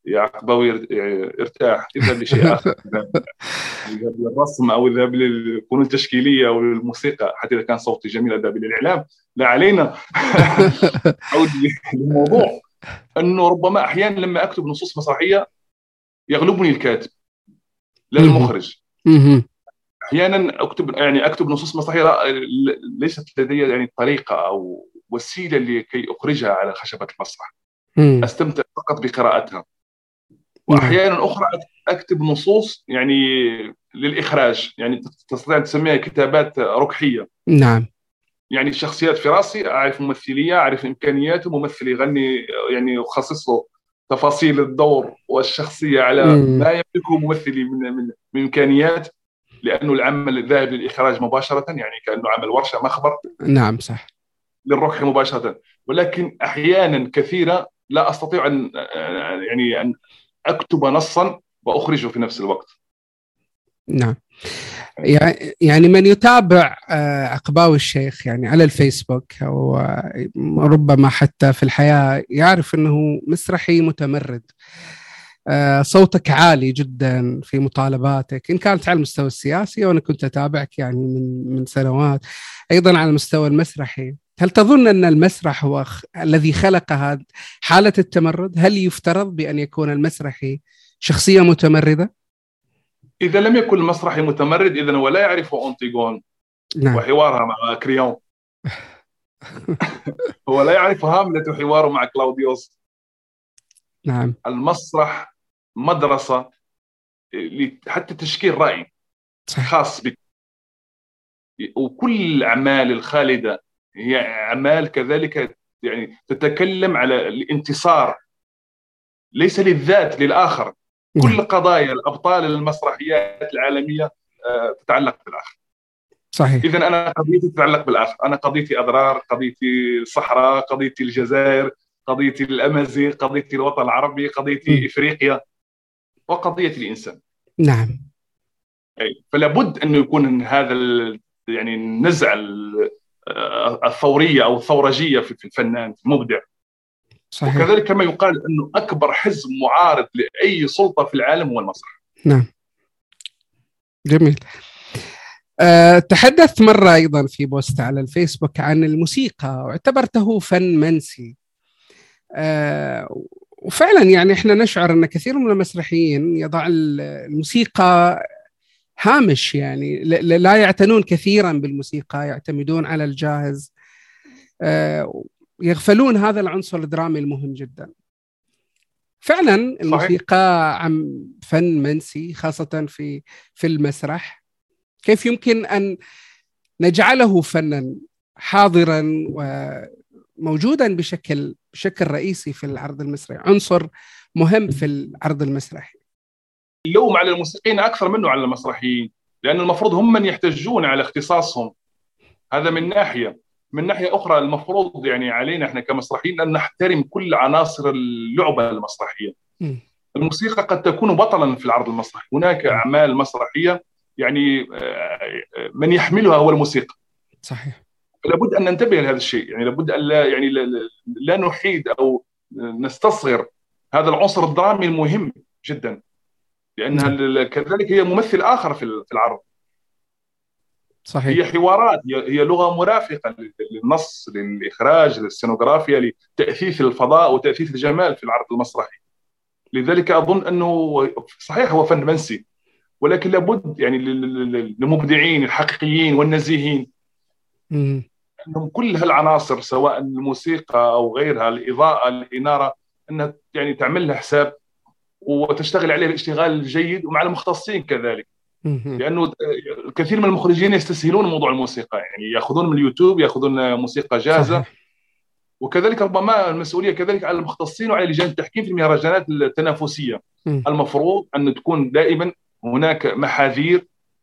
يا عقباوي ارتاح، اذهب لشيء اخر، اذهب للرسم او اذهب للفنون التشكيليه او للموسيقى، حتى اذا كان صوتي جميل اذهب للاعلام، لا علينا. اعود للموضوع، انه ربما احيانا لما اكتب نصوص مسرحيه يغلبني الكاتب لا المخرج. احيانا اكتب نصوص مسرحيه ليست لدي يعني طريقه او وسيله لكي اخرجها على خشبه المسرح، استمتع فقط بقراءتها. واحيانا اخرى اكتب نصوص يعني للاخراج، يعني تستطيع ان تسميها كتابات ركحيه. نعم. يعني الشخصيات في راسي، اعرف ممثليه، اعرف امكانياته، ممثل يغني يعني اخصص له تفاصيل الدور والشخصيه على ما يملكه ممثلي من امكانيات، لانه العمل ذاهب للاخراج مباشره، يعني كانه عمل ورشه مخبر. نعم صح. للركح مباشره. ولكن احيانا كثيره لا استطيع ان يعني ان اكتب نصا واخرجه في نفس الوقت. نعم. يعني من يتابع عقباوي الشيخ يعني على الفيسبوك أو ربما حتى في الحياة يعرف أنه مسرحي متمرد. صوتك عالي جدا في مطالباتك، إن كانت على المستوى السياسي، وأنا كنت أتابعك يعني من سنوات، أيضا على المستوى المسرحي. هل تظن أن المسرح هو الذي خلق هذه حالة التمرد؟ هل يفترض بأن يكون المسرحي شخصية متمردة؟ إذا لم يكن المسرحي متمرد إذن هو لا يعرف أنطيغون. نعم. وحوارها مع كريون. هو لا يعرف هاملت وحواره مع كلاوديوس. نعم. المسرح مدرسة حتى تشكيل رأي خاص بك، وكل الأعمال الخالدة هي أعمال كذلك يعني تتكلم على الانتصار ليس للذات، للآخر. كل قضايا الأبطال المسرحيات العالمية تتعلق بالآخر. صحيح. إذن أنا قضيتي تتعلق بالآخر، أنا قضيتي أضرار، قضيتي الصحراء، قضيتي الجزائر، قضيتي الأمازيغ، قضيتي الوطن العربي، قضيتي إفريقيا، وقضية الإنسان. نعم. فلا بد أنه يكون هذا يعني النزعة الثورية أو الثورجية في الفنان في المبدع. صحيح. وكذلك كما يقال أنه أكبر حزب معارض لأي سلطة في العالم هو المسرح. نعم. جميل. تحدثت مرة أيضا في بوست على الفيسبوك عن الموسيقى واعتبرته فن منسي. وفعلا يعني احنا نشعر أن كثير من المسرحيين يضع الموسيقى هامش، يعني لا يعتنون كثيرا بالموسيقى، يعتمدون على الجاهز، يغفلون هذا العنصر الدرامي المهم جدا. فعلا الموسيقى عم فن منسي خاصة في المسرح. كيف يمكن أن نجعله فنا حاضرا وموجودا بشكل رئيسي في العرض المسرحي، عنصر مهم في العرض المسرحي؟ اللوم على الموسيقيين أكثر منه على المسرحيين، لأن المفروض هم من يحتجون على اختصاصهم. هذا من ناحية. من ناحية أخرى المفروض يعني علينا إحنا كمسرحيين أن نحترم كل عناصر اللعبة المسرحية. الموسيقى قد تكون بطلا في العرض المسرحي. هناك أعمال مسرحية يعني من يحملها هو الموسيقى. صحيح. لابد أن ننتبه لهذا الشيء، يعني لابد أن لا نحيد أو نستصغر هذا العنصر الدرامي المهم جدا، لأنها كذلك هي ممثل آخر في العرض. صحيح. هي حوارات، هي لغة مرافقة للنص، للإخراج، للسينوغرافيا، لتأثيث الفضاء وتأثيث الجمال في العرض المسرحي. لذلك أظن أنه صحيح هو فن منسي، ولكن لابد يعني للمبدعين الحقيقيين والنزيهين أنهم كل هالعناصر سواء الموسيقى أو غيرها، الإضاءة، الإنارة، أنها يعني تعمل لها حساب وتشتغل عليه الاشتغال الجيد، ومع المختصين كذلك. لأنه الكثير من المخرجين يستسهلون موضوع الموسيقى، يعني يأخذون من اليوتيوب، يأخذون موسيقى جاهزة. صحيح. وكذلك ربما المسؤولية كذلك على المختصين وعلى لجان التحكيم في المهرجانات التنافسية. المفروض أن تكون دائما هناك محاذير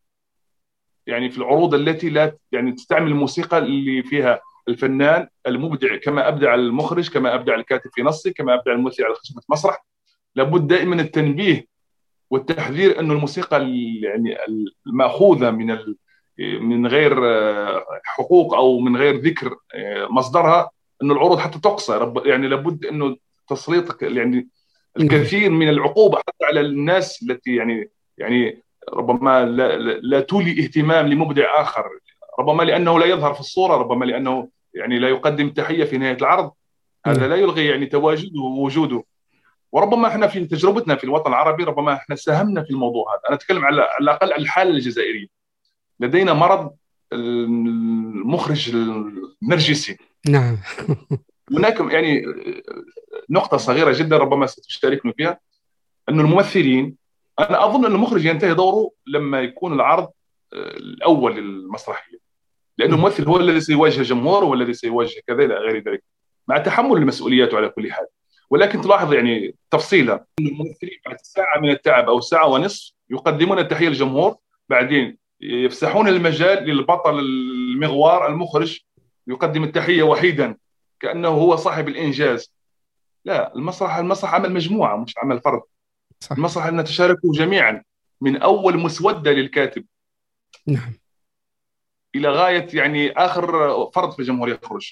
يعني في العروض التي لا يعني تستعمل الموسيقى اللي فيها الفنان المبدع، كما أبدع المخرج، كما أبدع الكاتب في نصه، كما أبدع الممثل على خشبة مسرح. لابد دائما التنبيه والتحذير أن الموسيقى يعني المأخوذة من غير حقوق أو من غير ذكر مصدرها، أن العروض حتى تقصى. يعني لابد أنه تسليط يعني الكثير من العقوبة حتى على الناس التي يعني ربما لا تولي اهتمام لمبدع آخر، ربما لأنه لا يظهر في الصورة، ربما لأنه يعني لا يقدم تحية في نهاية العرض. هذا لا يلغي يعني تواجده ووجوده. وربما احنا في تجربتنا في الوطن العربي ربما احنا ساهمنا في الموضوع هذا. انا اتكلم على الاقل على الحاله الجزائريه. لدينا مرض المخرج النرجسي. نعم. هناك يعني نقطه صغيره جدا ربما ستشاركني فيها، انه الممثلين، انا اظن ان المخرج ينتهي دوره لما يكون العرض الاول للمسرحيه، لانه الممثل هو الذي سيواجه جمهور والذي سيواجه كذا الى غير ذلك، مع تحمل المسؤوليات على كل حال. ولكن تلاحظ يعني تفصيله، ان الممثلين بعد ساعه من التعب او ساعه ونصف يقدمون التحيه للجمهور، بعدين يفسحون المجال للبطل المغوار المخرج يقدم التحيه وحيدا كانه هو صاحب الانجاز. لا، المسرح عمل مجموعه مش عمل فرد. صح. المسرح ان نتشاركوا جميعا من اول مسوده للكاتب نعم. الى غايه يعني اخر فرد في الجمهور يخرج.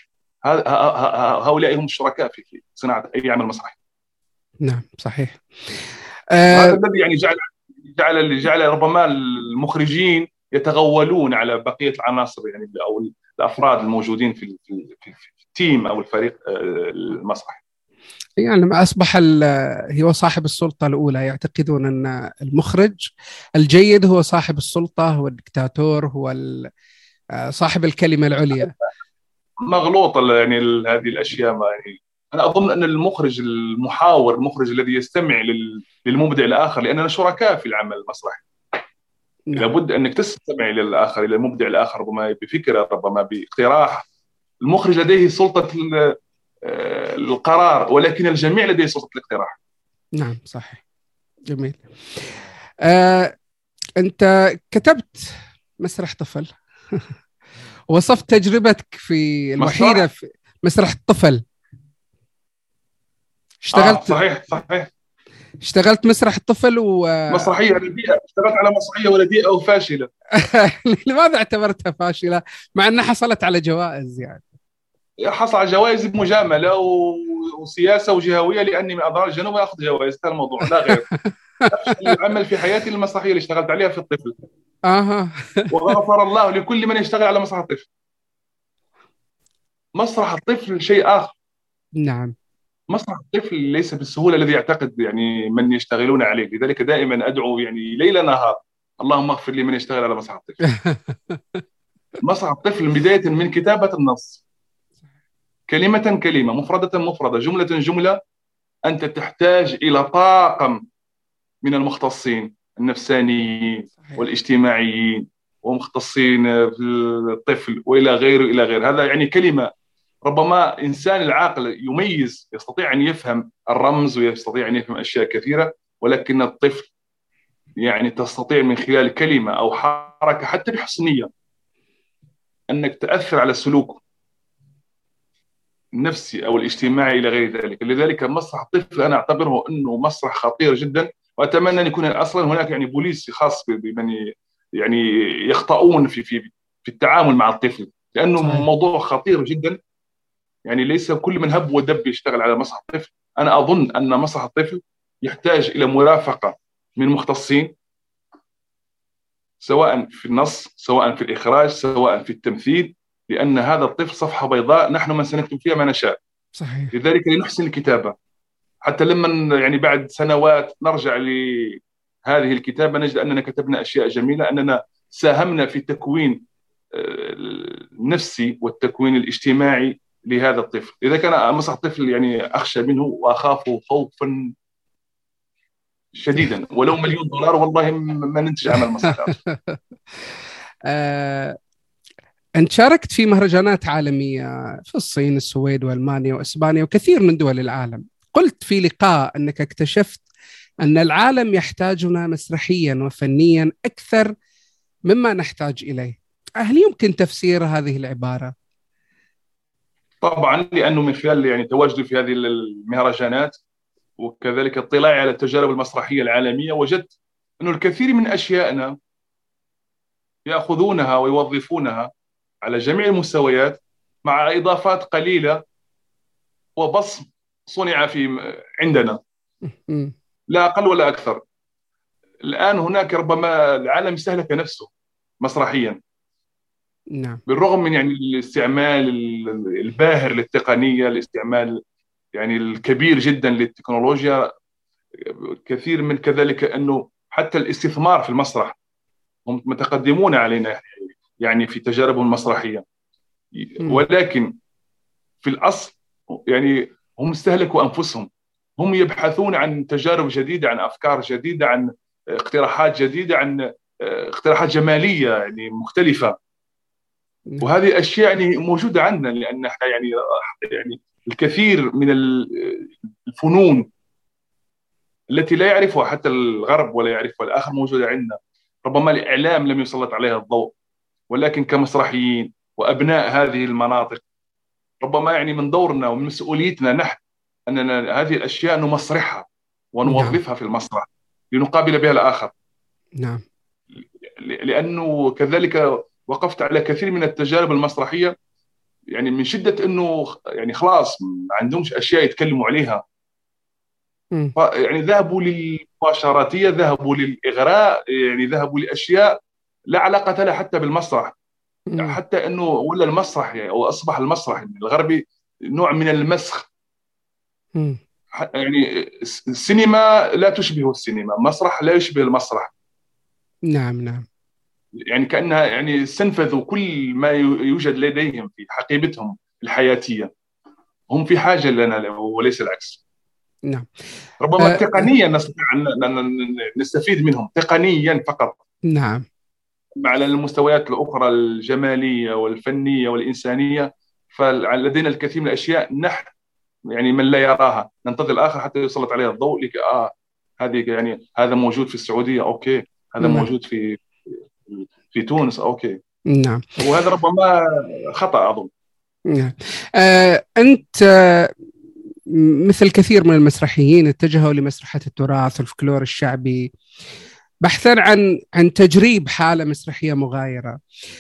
هؤلاء هم الشركاء في صناعه اي عمل مسرحي. نعم صحيح. هذا الذي يعني جعل ربما المخرجين يتغولون على بقيه العناصر يعني او الافراد الموجودين في التيم او الفريق المسرحي. يعني ما أصبح هو صاحب السلطة الأولى، يعتقدون أن المخرج الجيد هو صاحب السلطة، هو الدكتاتور، هو صاحب الكلمة العليا. مغلوطة يعني هذه الأشياء. يعني أنا أظن أن المخرج المحاور، المخرج الذي يستمع للمبدع الآخر، لأننا شركاء في العمل المسرحي. نعم. لابد أنك تستمع للآخر، إلى المبدع الآخر، ربما بفكرة، ربما باقتراح. المخرج لديه سلطة القرار، ولكن الجميع لديه سلطة الاقتراح. نعم صحيح. جميل. أنت كتبت مسرح طفل وصفت تجربتك في الوحيدة في مسرح الطفل. اشتغلت صحيح. اشتغلت مسرح الطفل مسرحية رديئة. اشتغلت على مسرحية رديئة وفاشلة. لماذا اعتبرتها فاشلة مع أنها حصلت على جوائز؟ يعني حصل على جوائز بمجاملة وسياسة وجهوية، لأني من أضرار الجنوب أخذ جوائز. هذا الموضوع لا غير. العمل في حياتي المسرحية اللي اشتغلت عليها في الطفل. وغفر الله لكل من يشتغل على مسرح الطفل. مسرح الطفل شيء آخر. نعم. مسرح الطفل ليس بالسهولة الذي يعتقد يعني من يشتغلون عليه. لذلك دائما أدعو يعني ليل نهار، اللهم اغفر لي من يشتغل على مسرح الطفل. مسرح الطفل بداية من كتابة النص، كلمة كلمة، مفردة مفردة، جملة جملة. أنت تحتاج إلى طاقم من المختصين النفسانيين والاجتماعيين ومختصين في الطفل وإلى غيره إلى غيره. هذا يعني كلمة. ربما إنسان العاقل يميز، يستطيع أن يفهم الرمز ويستطيع أن يفهم أشياء كثيرة، ولكن الطفل يعني تستطيع من خلال كلمة أو حركة حتى بحسنية أنك تأثر على سلوكه النفسي أو الاجتماعي إلى غير ذلك. لذلك مسرح الطفل أنا أعتبره أنه مسرح خطير جدا، وأتمنى أن يكون أصلا هناك يعني بوليس خاص بمن يعني يخطئون في التعامل مع الطفل، لأنه صحيح. موضوع خطير جدا. يعني ليس كل من هب ودب يشتغل على مسرح الطفل. أنا أظن أن مسرح الطفل يحتاج إلى مرافقة من مختصين، سواء في النص، سواء في الإخراج، سواء في التمثيل، لأن هذا الطفل صفحة بيضاء نحن من سنكتب فيها ما نشاء. صحيح. لذلك لنحسن الكتابة، حتى لما يعني بعد سنوات نرجع لهذه الكتابة نجد أننا كتبنا أشياء جميلة، أننا ساهمنا في التكوين النفسي والتكوين الاجتماعي لهذا الطفل. لذلك أنا مسرح الطفل يعني أخشى منه وأخافه خوفا شديدا، ولو $1,000,000 والله ما ننتج عمل مسرحي. أنت شاركت في مهرجانات عالمية في الصين، السويد، وألمانيا، وإسبانيا، وكثير من دول العالم. قلت في لقاء أنك اكتشفت أن العالم يحتاجنا مسرحيا وفنيا أكثر مما نحتاج إليه. هل يمكن تفسير هذه العبارة؟ طبعا، لأنه من خلال يعني تواجدي في هذه المهرجانات وكذلك اطلاعي على التجارب المسرحية العالمية، وجدت أنه الكثير من أشيائنا يأخذونها ويوظفونها على جميع المستويات مع إضافات قليلة وبصم صنع عندنا. لا أقل ولا أكثر. الآن هناك ربما العالم استهلك نفسه مسرحيا. نعم. بالرغم من يعني الاستعمال الباهر للتقنية، الاستعمال يعني الكبير جدا للتكنولوجيا، كثير من كذلك أنه حتى الاستثمار في المسرح هم متقدمون علينا يعني في تجاربهم المسرحية، ولكن في الأصل يعني هم استهلكوا أنفسهم. هم يبحثون عن تجارب جديدة، عن أفكار جديدة، عن اقتراحات جديدة، عن اقتراحات جمالية يعني مختلفة. وهذه أشياء يعني موجودة عندنا، لأن احنا يعني الكثير من الفنون التي لا يعرفها حتى الغرب ولا يعرفها الآخر موجودة عندنا. ربما الإعلام لم يسلط عليها الضوء، ولكن كمسرحيين وأبناء هذه المناطق ربما يعني من دورنا ومن مسؤوليتنا نحن أننا هذه الأشياء نمسرحها ونوظفها في المسرح لنقابل بها الآخر. نعم. لأنه كذلك وقفت على كثير من التجارب المسرحية، يعني من شدة أنه يعني خلاص ما عندهمش أشياء يتكلموا عليها، يعني ذهبوا للمباشراتية، ذهبوا للإغراء، يعني ذهبوا لأشياء لا علاقة لها حتى بالمسرح. حتى أنه ولا المسرح يعني أو أصبح المسرح الغربي نوع من المسخ. يعني السينما لا تشبه السينما، مسرح لا يشبه المسرح. نعم نعم. يعني كأنها يعني استنفذوا كل ما يوجد لديهم في حقيبتهم الحياتية. هم في حاجة لنا وليس العكس. نعم. ربما تقنيا نستطيع أن نستفيد منهم تقنيا فقط. نعم. على المستويات الأخرى الجمالية والفنية والإنسانية فلدينا الكثير من الأشياء نحن يعني من لا يراها، ننتظر الآخر حتى يسلط عليها الضوء لك هذه يعني هذا موجود في السعودية، أوكي هذا موجود في تونس، أوكي. نعم. وهذا ربما خطأ أظن. نعم. أنت مثل كثير من المسرحيين اتجهوا لمسرحة التراث والفلكلور الشعبي بحثا عن تجريب حالة مسرحية مغايرة.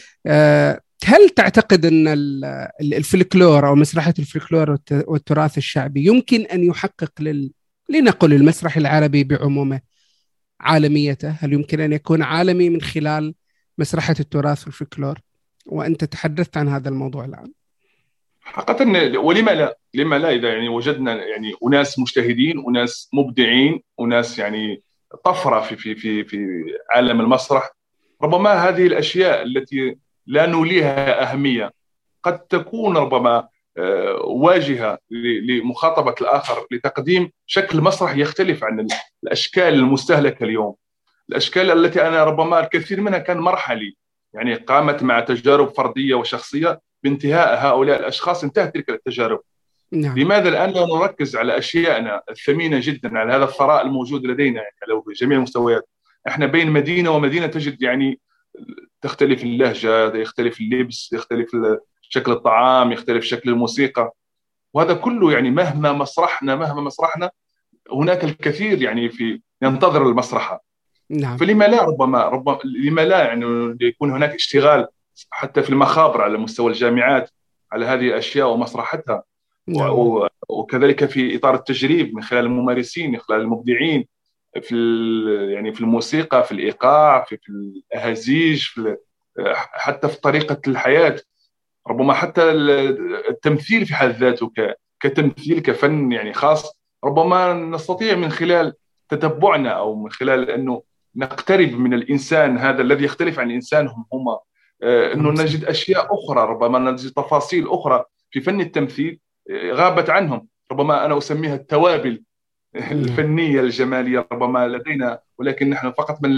هل تعتقد أن الفلكلور أو مسرحة الفلكلور والتراث الشعبي يمكن أن يحقق لنقل المسرح العربي بعمومه عالميته؟ هل يمكن أن يكون عالمي من خلال مسرحة التراث والفلكلور؟ وأنت تحدثت عن هذا الموضوع الآن. حقيقة ولما لا؟ لما لا إذا يعني وجدنا يعني أناس مجتهدين، أناس مبدعين، أناس يعني طفرة في عالم المسرح. ربما هذه الأشياء التي لا نوليها أهمية قد تكون ربما واجهة لمخاطبة الآخر لتقديم شكل مسرح يختلف عن الأشكال المستهلكة اليوم. الأشكال التي أنا ربما الكثير منها كان مرحلي، يعني قامت مع تجارب فردية وشخصية، بانتهاء هؤلاء الأشخاص انتهت تلك التجارب. نعم. لماذا الآن لا نركز على أشيائنا الثمينة جدا، على هذا الثراء الموجود لدينا يعني لو بجميع المستويات؟ احنا بين مدينة ومدينة تجد يعني تختلف اللهجة، يختلف اللبس، يختلف شكل الطعام، يختلف شكل الموسيقى، وهذا كله يعني مهما مسرحنا هناك الكثير يعني ينتظر المسرحة. نعم. فلما لا ربما لما لا يعني يكون هناك اشتغال حتى في المخابر على مستوى الجامعات على هذه الأشياء ومسرحتها. نعم. وكذلك في إطار التجريب من خلال الممارسين، من خلال المبدعين يعني في الموسيقى، في الإيقاع، في الأهازيج، حتى في طريقة الحياة. ربما حتى التمثيل في حد ذاته كتمثيل كفن يعني خاص، ربما نستطيع من خلال تتبعنا أو من خلال أنه نقترب من الإنسان هذا الذي يختلف عن الإنسان هم أنه نجد أشياء أخرى، ربما نجد تفاصيل أخرى في فن التمثيل غابت عنهم. ربما أنا أسميها التوابل الفنية الجمالية ربما لدينا، ولكن نحن فقط من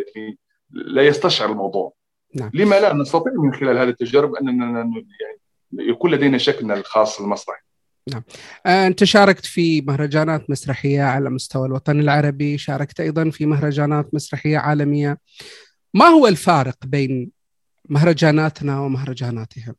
لا يستشعر الموضوع. نعم. لما لا نستطيع من خلال هذه التجارب أننا يعني يكون لدينا شكلنا الخاص المسرحي. نعم. أنت شاركت في مهرجانات مسرحية على مستوى الوطن العربي، شاركت أيضا في مهرجانات مسرحية عالمية. ما هو الفارق بين مهرجاناتنا ومهرجاناتهم؟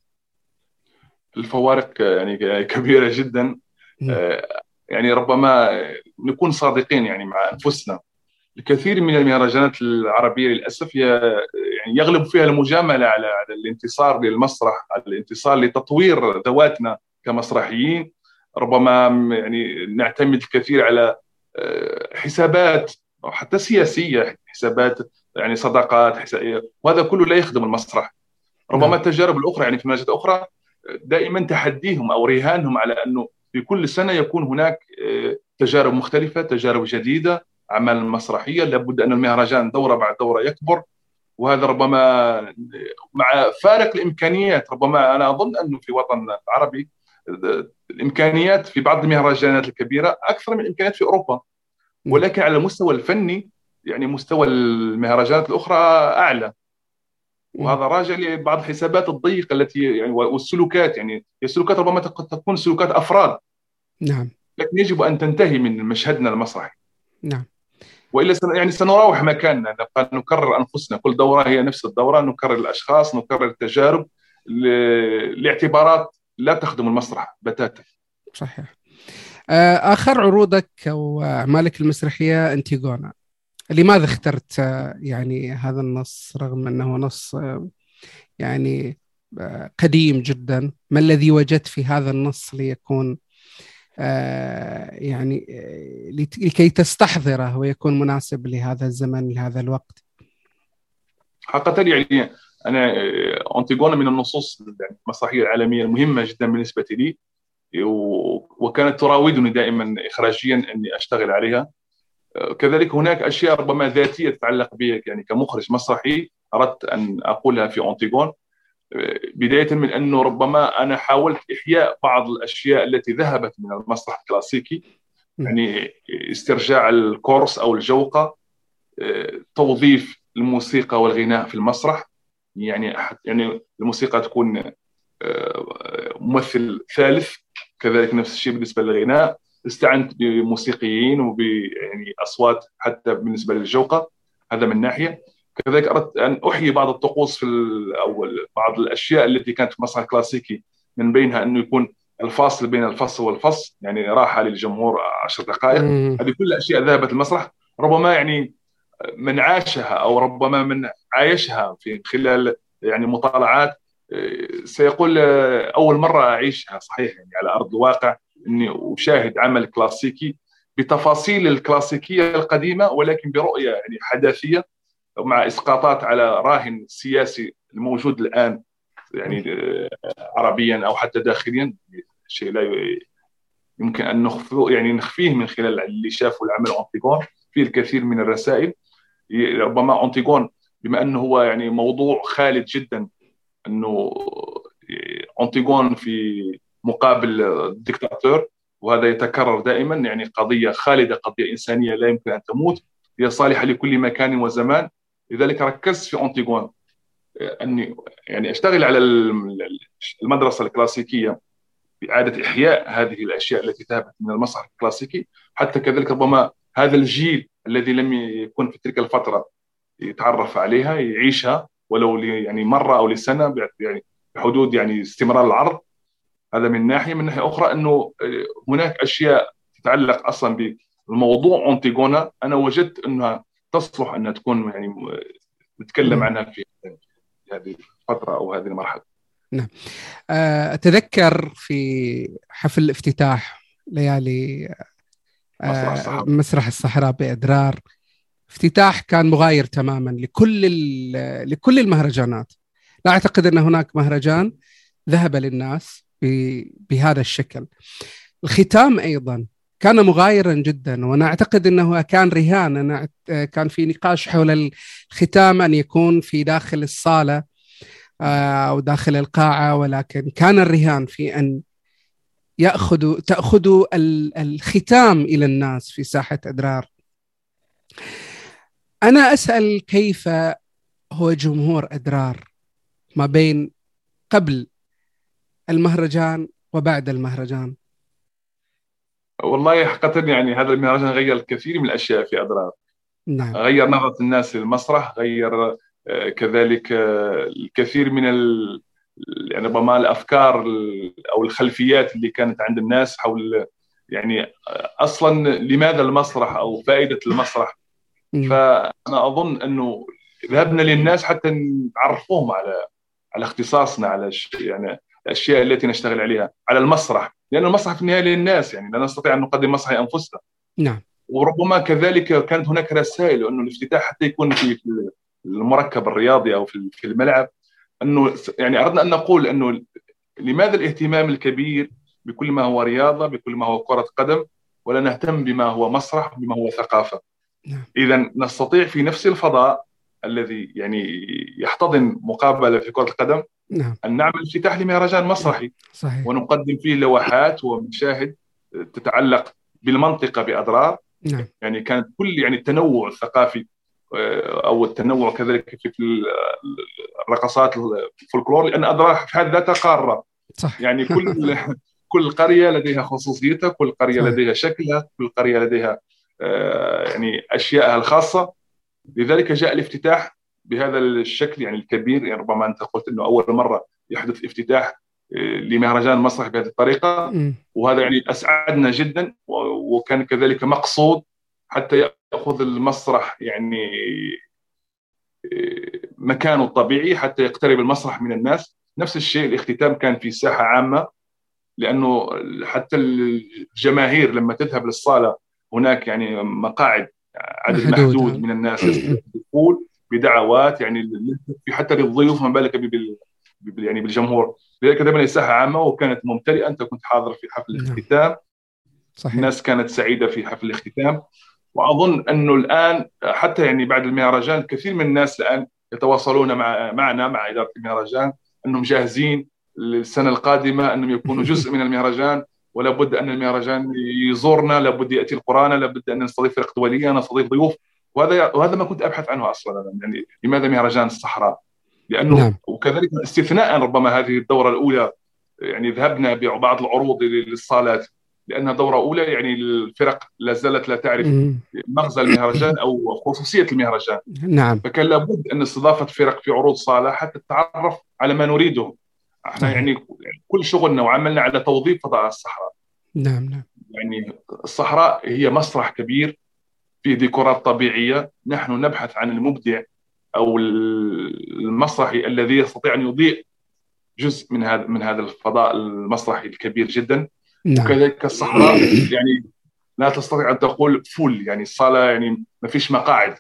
الفوارق يعني كبيرة جدا. يعني ربما نكون صادقين يعني مع أنفسنا. الكثير من المهرجانات العربية للأسف يعني يغلب فيها المجاملة على الانتصار للمسرح، على الانتصار لتطوير ذواتنا كمسرحيين. ربما يعني نعتمد الكثير على حسابات حتى سياسيه، حسابات يعني صداقات وهذا كله لا يخدم المسرح. ربما التجارب الاخرى يعني في المجالات الاخرى دائما تحديهم او رهانهم على انه في كل سنه يكون هناك تجارب مختلفه، تجارب جديده، اعمال مسرحيه، لابد ان المهرجان دوره بعد دوره يكبر. وهذا ربما مع فارق الامكانيات، ربما انا اظن انه في الوطن العربي الامكانيات في بعض المهرجانات الكبيره اكثر من الامكانيات في اوروبا، ولكن على المستوى الفني يعني مستوى المهرجانات الاخرى اعلى. وهذا راجع لبعض الحسابات الضيقه التي يعني والسلوكات، يعني السلوكات ربما تكون سلوكات افراد. نعم. لكن يجب ان تنتهي من مشهدنا المسرحي. نعم. والا يعني سنراوح مكاننا، نبقى نكرر انفسنا، كل دوره هي نفس الدوره، نكرر الاشخاص، نكرر التجارب لاعتبارات لا تخدم المسرح بتاتا. صحيح. اخر عروضك او اعمالك المسرحيه أنتيغونا، لماذا اخترت يعني هذا النص رغم انه نص يعني قديم جدا؟ ما الذي وجدت في هذا النص ليكون يعني لكي تستحضره ويكون مناسب لهذا الزمن لهذا الوقت؟ حقيقة يعني أنا أنتيغونا من النصوص المسرحية العالمية المهمة جدا بالنسبة لي، وكانت تراودني دائما إخراجيا أني أشتغل عليها. كذلك هناك أشياء ربما ذاتية تتعلق بي يعني كمخرج مسرحي أردت أن أقولها في أنتيغون، بداية من أنه ربما أنا حاولت إحياء بعض الأشياء التي ذهبت من المسرح الكلاسيكي، يعني استرجاع الكورس أو الجوقة، توظيف الموسيقى والغناء في المسرح، يعني الموسيقى تكون ممثل ثالث، كذلك نفس الشيء بالنسبة للغناء. استعنت بموسيقيين يعني أصوات حتى بالنسبة للجوقة، هذا من ناحية. كذلك أردت أن أحيي بعض الطقوس أو بعض الأشياء التي كانت في المسرح الكلاسيكي، من بينها أنه يكون الفاصل بين الفصل والفصل، يعني راحة للجمهور 10 دقائق. هذه كل أشياء ذهبت المسرح، ربما يعني من عاشها أو ربما من عايشها في خلال يعني مطالعات سيقول أول مرة أعيشها صحيح يعني على أرض الواقع، أني أشاهد عمل كلاسيكي بتفاصيل الكلاسيكية القديمة، ولكن برؤية يعني حداثية، مع إسقاطات على راهن سياسي الموجود الآن يعني عربيا أو حتى داخليا، شيء لا يمكن أن نخفيه من خلال اللي شافوا العمل أنتيغون. فيه الكثير من الرسائل. ربما أنتيغون بما أنه هو يعني موضوع خالد جدا، أنه أنتيغون في مقابل الدكتاتور، وهذا يتكرر دائما، يعني قضية خالدة، قضية إنسانية لا يمكن أن تموت، هي صالحة لكل مكان وزمان. لذلك ركزت في أنتيغون أني يعني أشتغل على المدرسة الكلاسيكية بإعادة إحياء هذه الأشياء التي ذهبت من المسرح الكلاسيكي، حتى كذلك ربما هذا الجيل الذي لم يكن في تلك الفترة يتعرف عليها يعيشها ولو يعني مرة أو لسنة، يعني بحدود يعني استمرار العرض. هذا من ناحية. من ناحية أخرى أنه هناك أشياء تتعلق أصلا بالموضوع أنتيغونا أنا وجدت أنها تصلح أنها تكون يعني نتكلم عنها في هذه الفترة أو هذه المرحلة. نعم. أتذكر في حفل الافتتاح ليالي مسرح الصحراء بأدرار، افتتاح كان مغاير تماما لكل المهرجانات. لا أعتقد أن هناك مهرجان ذهب للناس بهذا الشكل. الختام أيضا كان مغايرا جدا، وأنا أعتقد أنه كان رهان. كان في نقاش حول الختام أن يكون في داخل الصالة أو داخل القاعة، ولكن كان الرهان في أن تأخذوا الختام إلى الناس في ساحة أدرار. أنا أسأل كيف هو جمهور أدرار ما بين قبل المهرجان وبعد المهرجان؟ والله حقيقة يعني هذا المهرجان غير الكثير من الأشياء في أدرار. نعم. غير نظرة الناس للمسرح، غير كذلك الكثير من يعني ربما الأفكار أو الخلفيات اللي كانت عند الناس حول يعني أصلا لماذا المسرح أو فائدة المسرح. فأنا أظن أنه ذهبنا للناس حتى نعرفوهم على اختصاصنا، على يعني الأشياء التي نشتغل عليها على المسرح، لأن المسرح في النهاية للناس، يعني لا نستطيع أن نقدم مسرح أنفسنا. نعم. وربما كذلك كانت هناك رسائل انه الافتتاح حتى يكون في المركب الرياضي او في الملعب، انه يعني اردنا ان نقول انه لماذا الاهتمام الكبير بكل ما هو رياضه، بكل ما هو كره قدم، ولا نهتم بما هو مسرح، بما هو ثقافه. اذا نستطيع في نفس الفضاء الذي يعني يحتضن مقابله في كره القدم ان نعمل افتتاح لمهرجان مسرحي. صحيح. ونقدم فيه لوحات ومشاهد تتعلق بالمنطقه باضرار. يعني كانت كل يعني التنوع الثقافي او التنوع كذلك في الرقصات الفولكلور، لان اضرار في حد ذاتها قاره. صح. يعني كل قريه لديها خصوصيتها، كل قريه لديها شكلها، كل قريه لديها يعني اشيائها الخاصه. لذلك جاء الافتتاح بهذا الشكل يعني الكبير. يعني ربما انت قلت انه اول مره يحدث افتتاح لمهرجان مسرح بهذه الطريقه، وهذا يعني اسعدنا جدا، وكان كذلك مقصود حتى ياخذ المسرح يعني مكانه الطبيعي، حتى يقترب المسرح من الناس. نفس الشيء الاختتام كان في ساحه عامه، لانه حتى الجماهير لما تذهب للصاله هناك يعني مقاعد عدد محدود من الناس يدخل بدعوات يعني حتى للضيوف، ما بالك يعني بالجمهور. لذلك كتبنا ساحه عامه وكانت ممتلئه. انت كنت حاضر في حفل الاختتام. صحيح. الناس كانت سعيده في حفل الاختتام. واظن انه الان حتى يعني بعد المهرجان كثير من الناس الان يتواصلون معنا مع اداره المهرجان انهم جاهزين للسنه القادمه انهم يكونوا جزء من المهرجان، ولا بد ان المهرجان يزورنا، لابد ياتي القرانا، لابد ان نستضيف فرق دوليه، نستضيف ضيوف. وهذا ما كنت ابحث عنه اصلا. يعني لماذا مهرجان الصحراء؟ لانه وكذلك استثناء ربما هذه الدوره الاولى يعني ذهبنا ببعض العروض للصالات، لانها دوره اولى يعني الفرق لا زالت لا تعرف مغزى المهرجان او خصوصيه المهرجان. فكان لابد ان استضافه فرق في عروض صاله حتى تتعرف على ما نريده. احنا يعني كل شغلنا وعملنا على توظيف فضاء الصحراء. يعني الصحراء هي مسرح كبير فيه ديكورات طبيعيه. نحن نبحث عن المبدع او المسرحي الذي يستطيع ان يضيء جزء من هذا الفضاء المسرحي الكبير جدا. وكذلك الصحراء يعني لا تستطيع ان تقول فل، يعني الصاله يعني ما فيش مقاعد.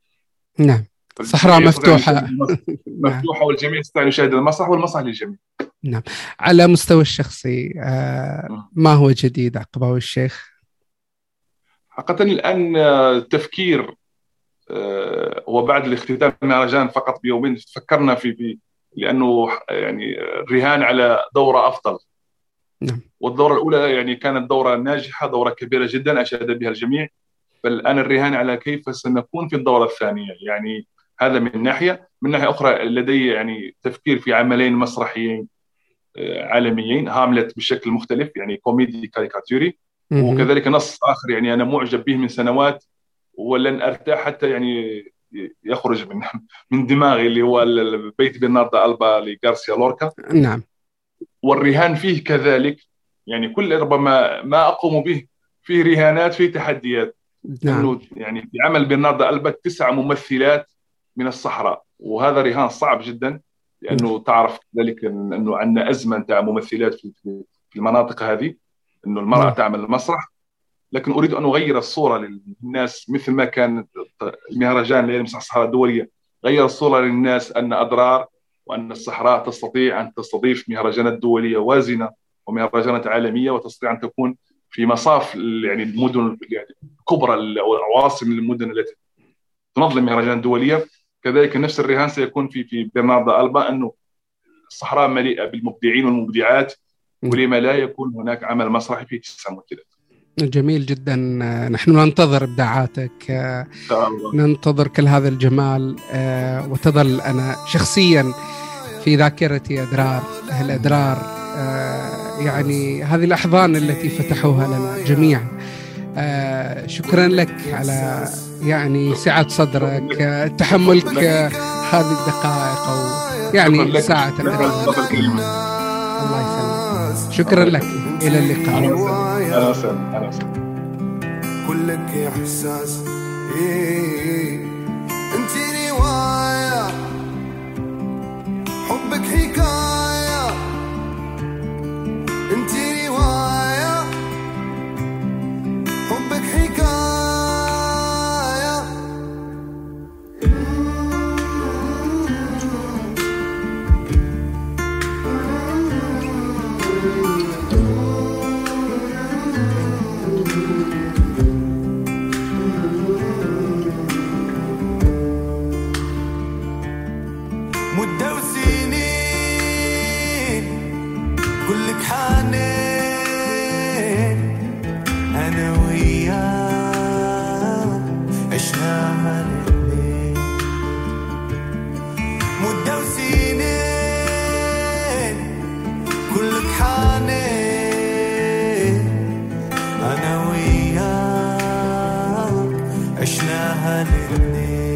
الصحراء مفتوحه مفتوحه والجميع يستطيع يشاهد المسرح، والمسرح للجميع. على مستوى الشخصي ما هو جديد عقباوي الشيخ؟ حقيقه الان التفكير وبعد الاختتام المهرجان فقط بيومين فكرنا في لانه يعني الرهان على دوره افضل. والدوره الاولى يعني كانت دوره ناجحه، دوره كبيره جدا اشاد بها الجميع. فالان الرهان على كيف سنكون في الدوره الثانيه. يعني هذا من ناحيه اخرى لدي يعني تفكير في عملين مسرحيين عالميين، هاملت بشكل مختلف يعني كوميدي كاريكاتوري، وكذلك نص اخر يعني انا معجب به من سنوات ولن ارتاح حتى يعني يخرج من دماغي، اللي هو البيت برناردو ألبا لغارسيا لوركا. والرهان فيه كذلك يعني كل ربما ما اقوم به فيه رهانات، فيه تحديات. انه يعني في عمل برناردو ألبا 9 ممثلات من الصحراء، وهذا رهان صعب جدا، لانه تعرف ذلك انه عندنا ازمه تاع ممثلات في المناطق هذه، انه المراه تعمل المسرح. لكن اريد ان اغير الصوره للناس مثل ما كان المهرجان ليالي مسرح الصحراء الدوليه غير الصوره للناس ان اضرار وان الصحراء تستطيع ان تستضيف مهرجانات دوليه وازنه ومهرجانات عالميه، وتستطيع ان تكون في مصاف يعني المدن الكبرى او العواصم المدن التي تنظم مهرجانات دوليه. كذلك نفس الرهان سيكون في برناردو ألبا، انه الصحراء مليئه بالمبدعين والمبدعات، ولما لا يكون هناك عمل مسرحي فيه 9 ممثلات. جميل جدا. نحن ننتظر إبداعاتك، ننتظر كل هذا الجمال، وتظل أنا شخصيا في ذاكرتي أهل أدرار، يعني هذه الأحضان التي فتحوها لنا جميعا. شكرا لك على يعني سعة صدرك، تحملك هذه الدقائق أو يعني ساعة تقريبا. الله يسلمك، شكرا لك، إلى اللقاء. أهلا وسهلا. كلك إحساس، أنت رواية، حبك حكاية، أنت رواية، حبك حكاية. أهل لبنان.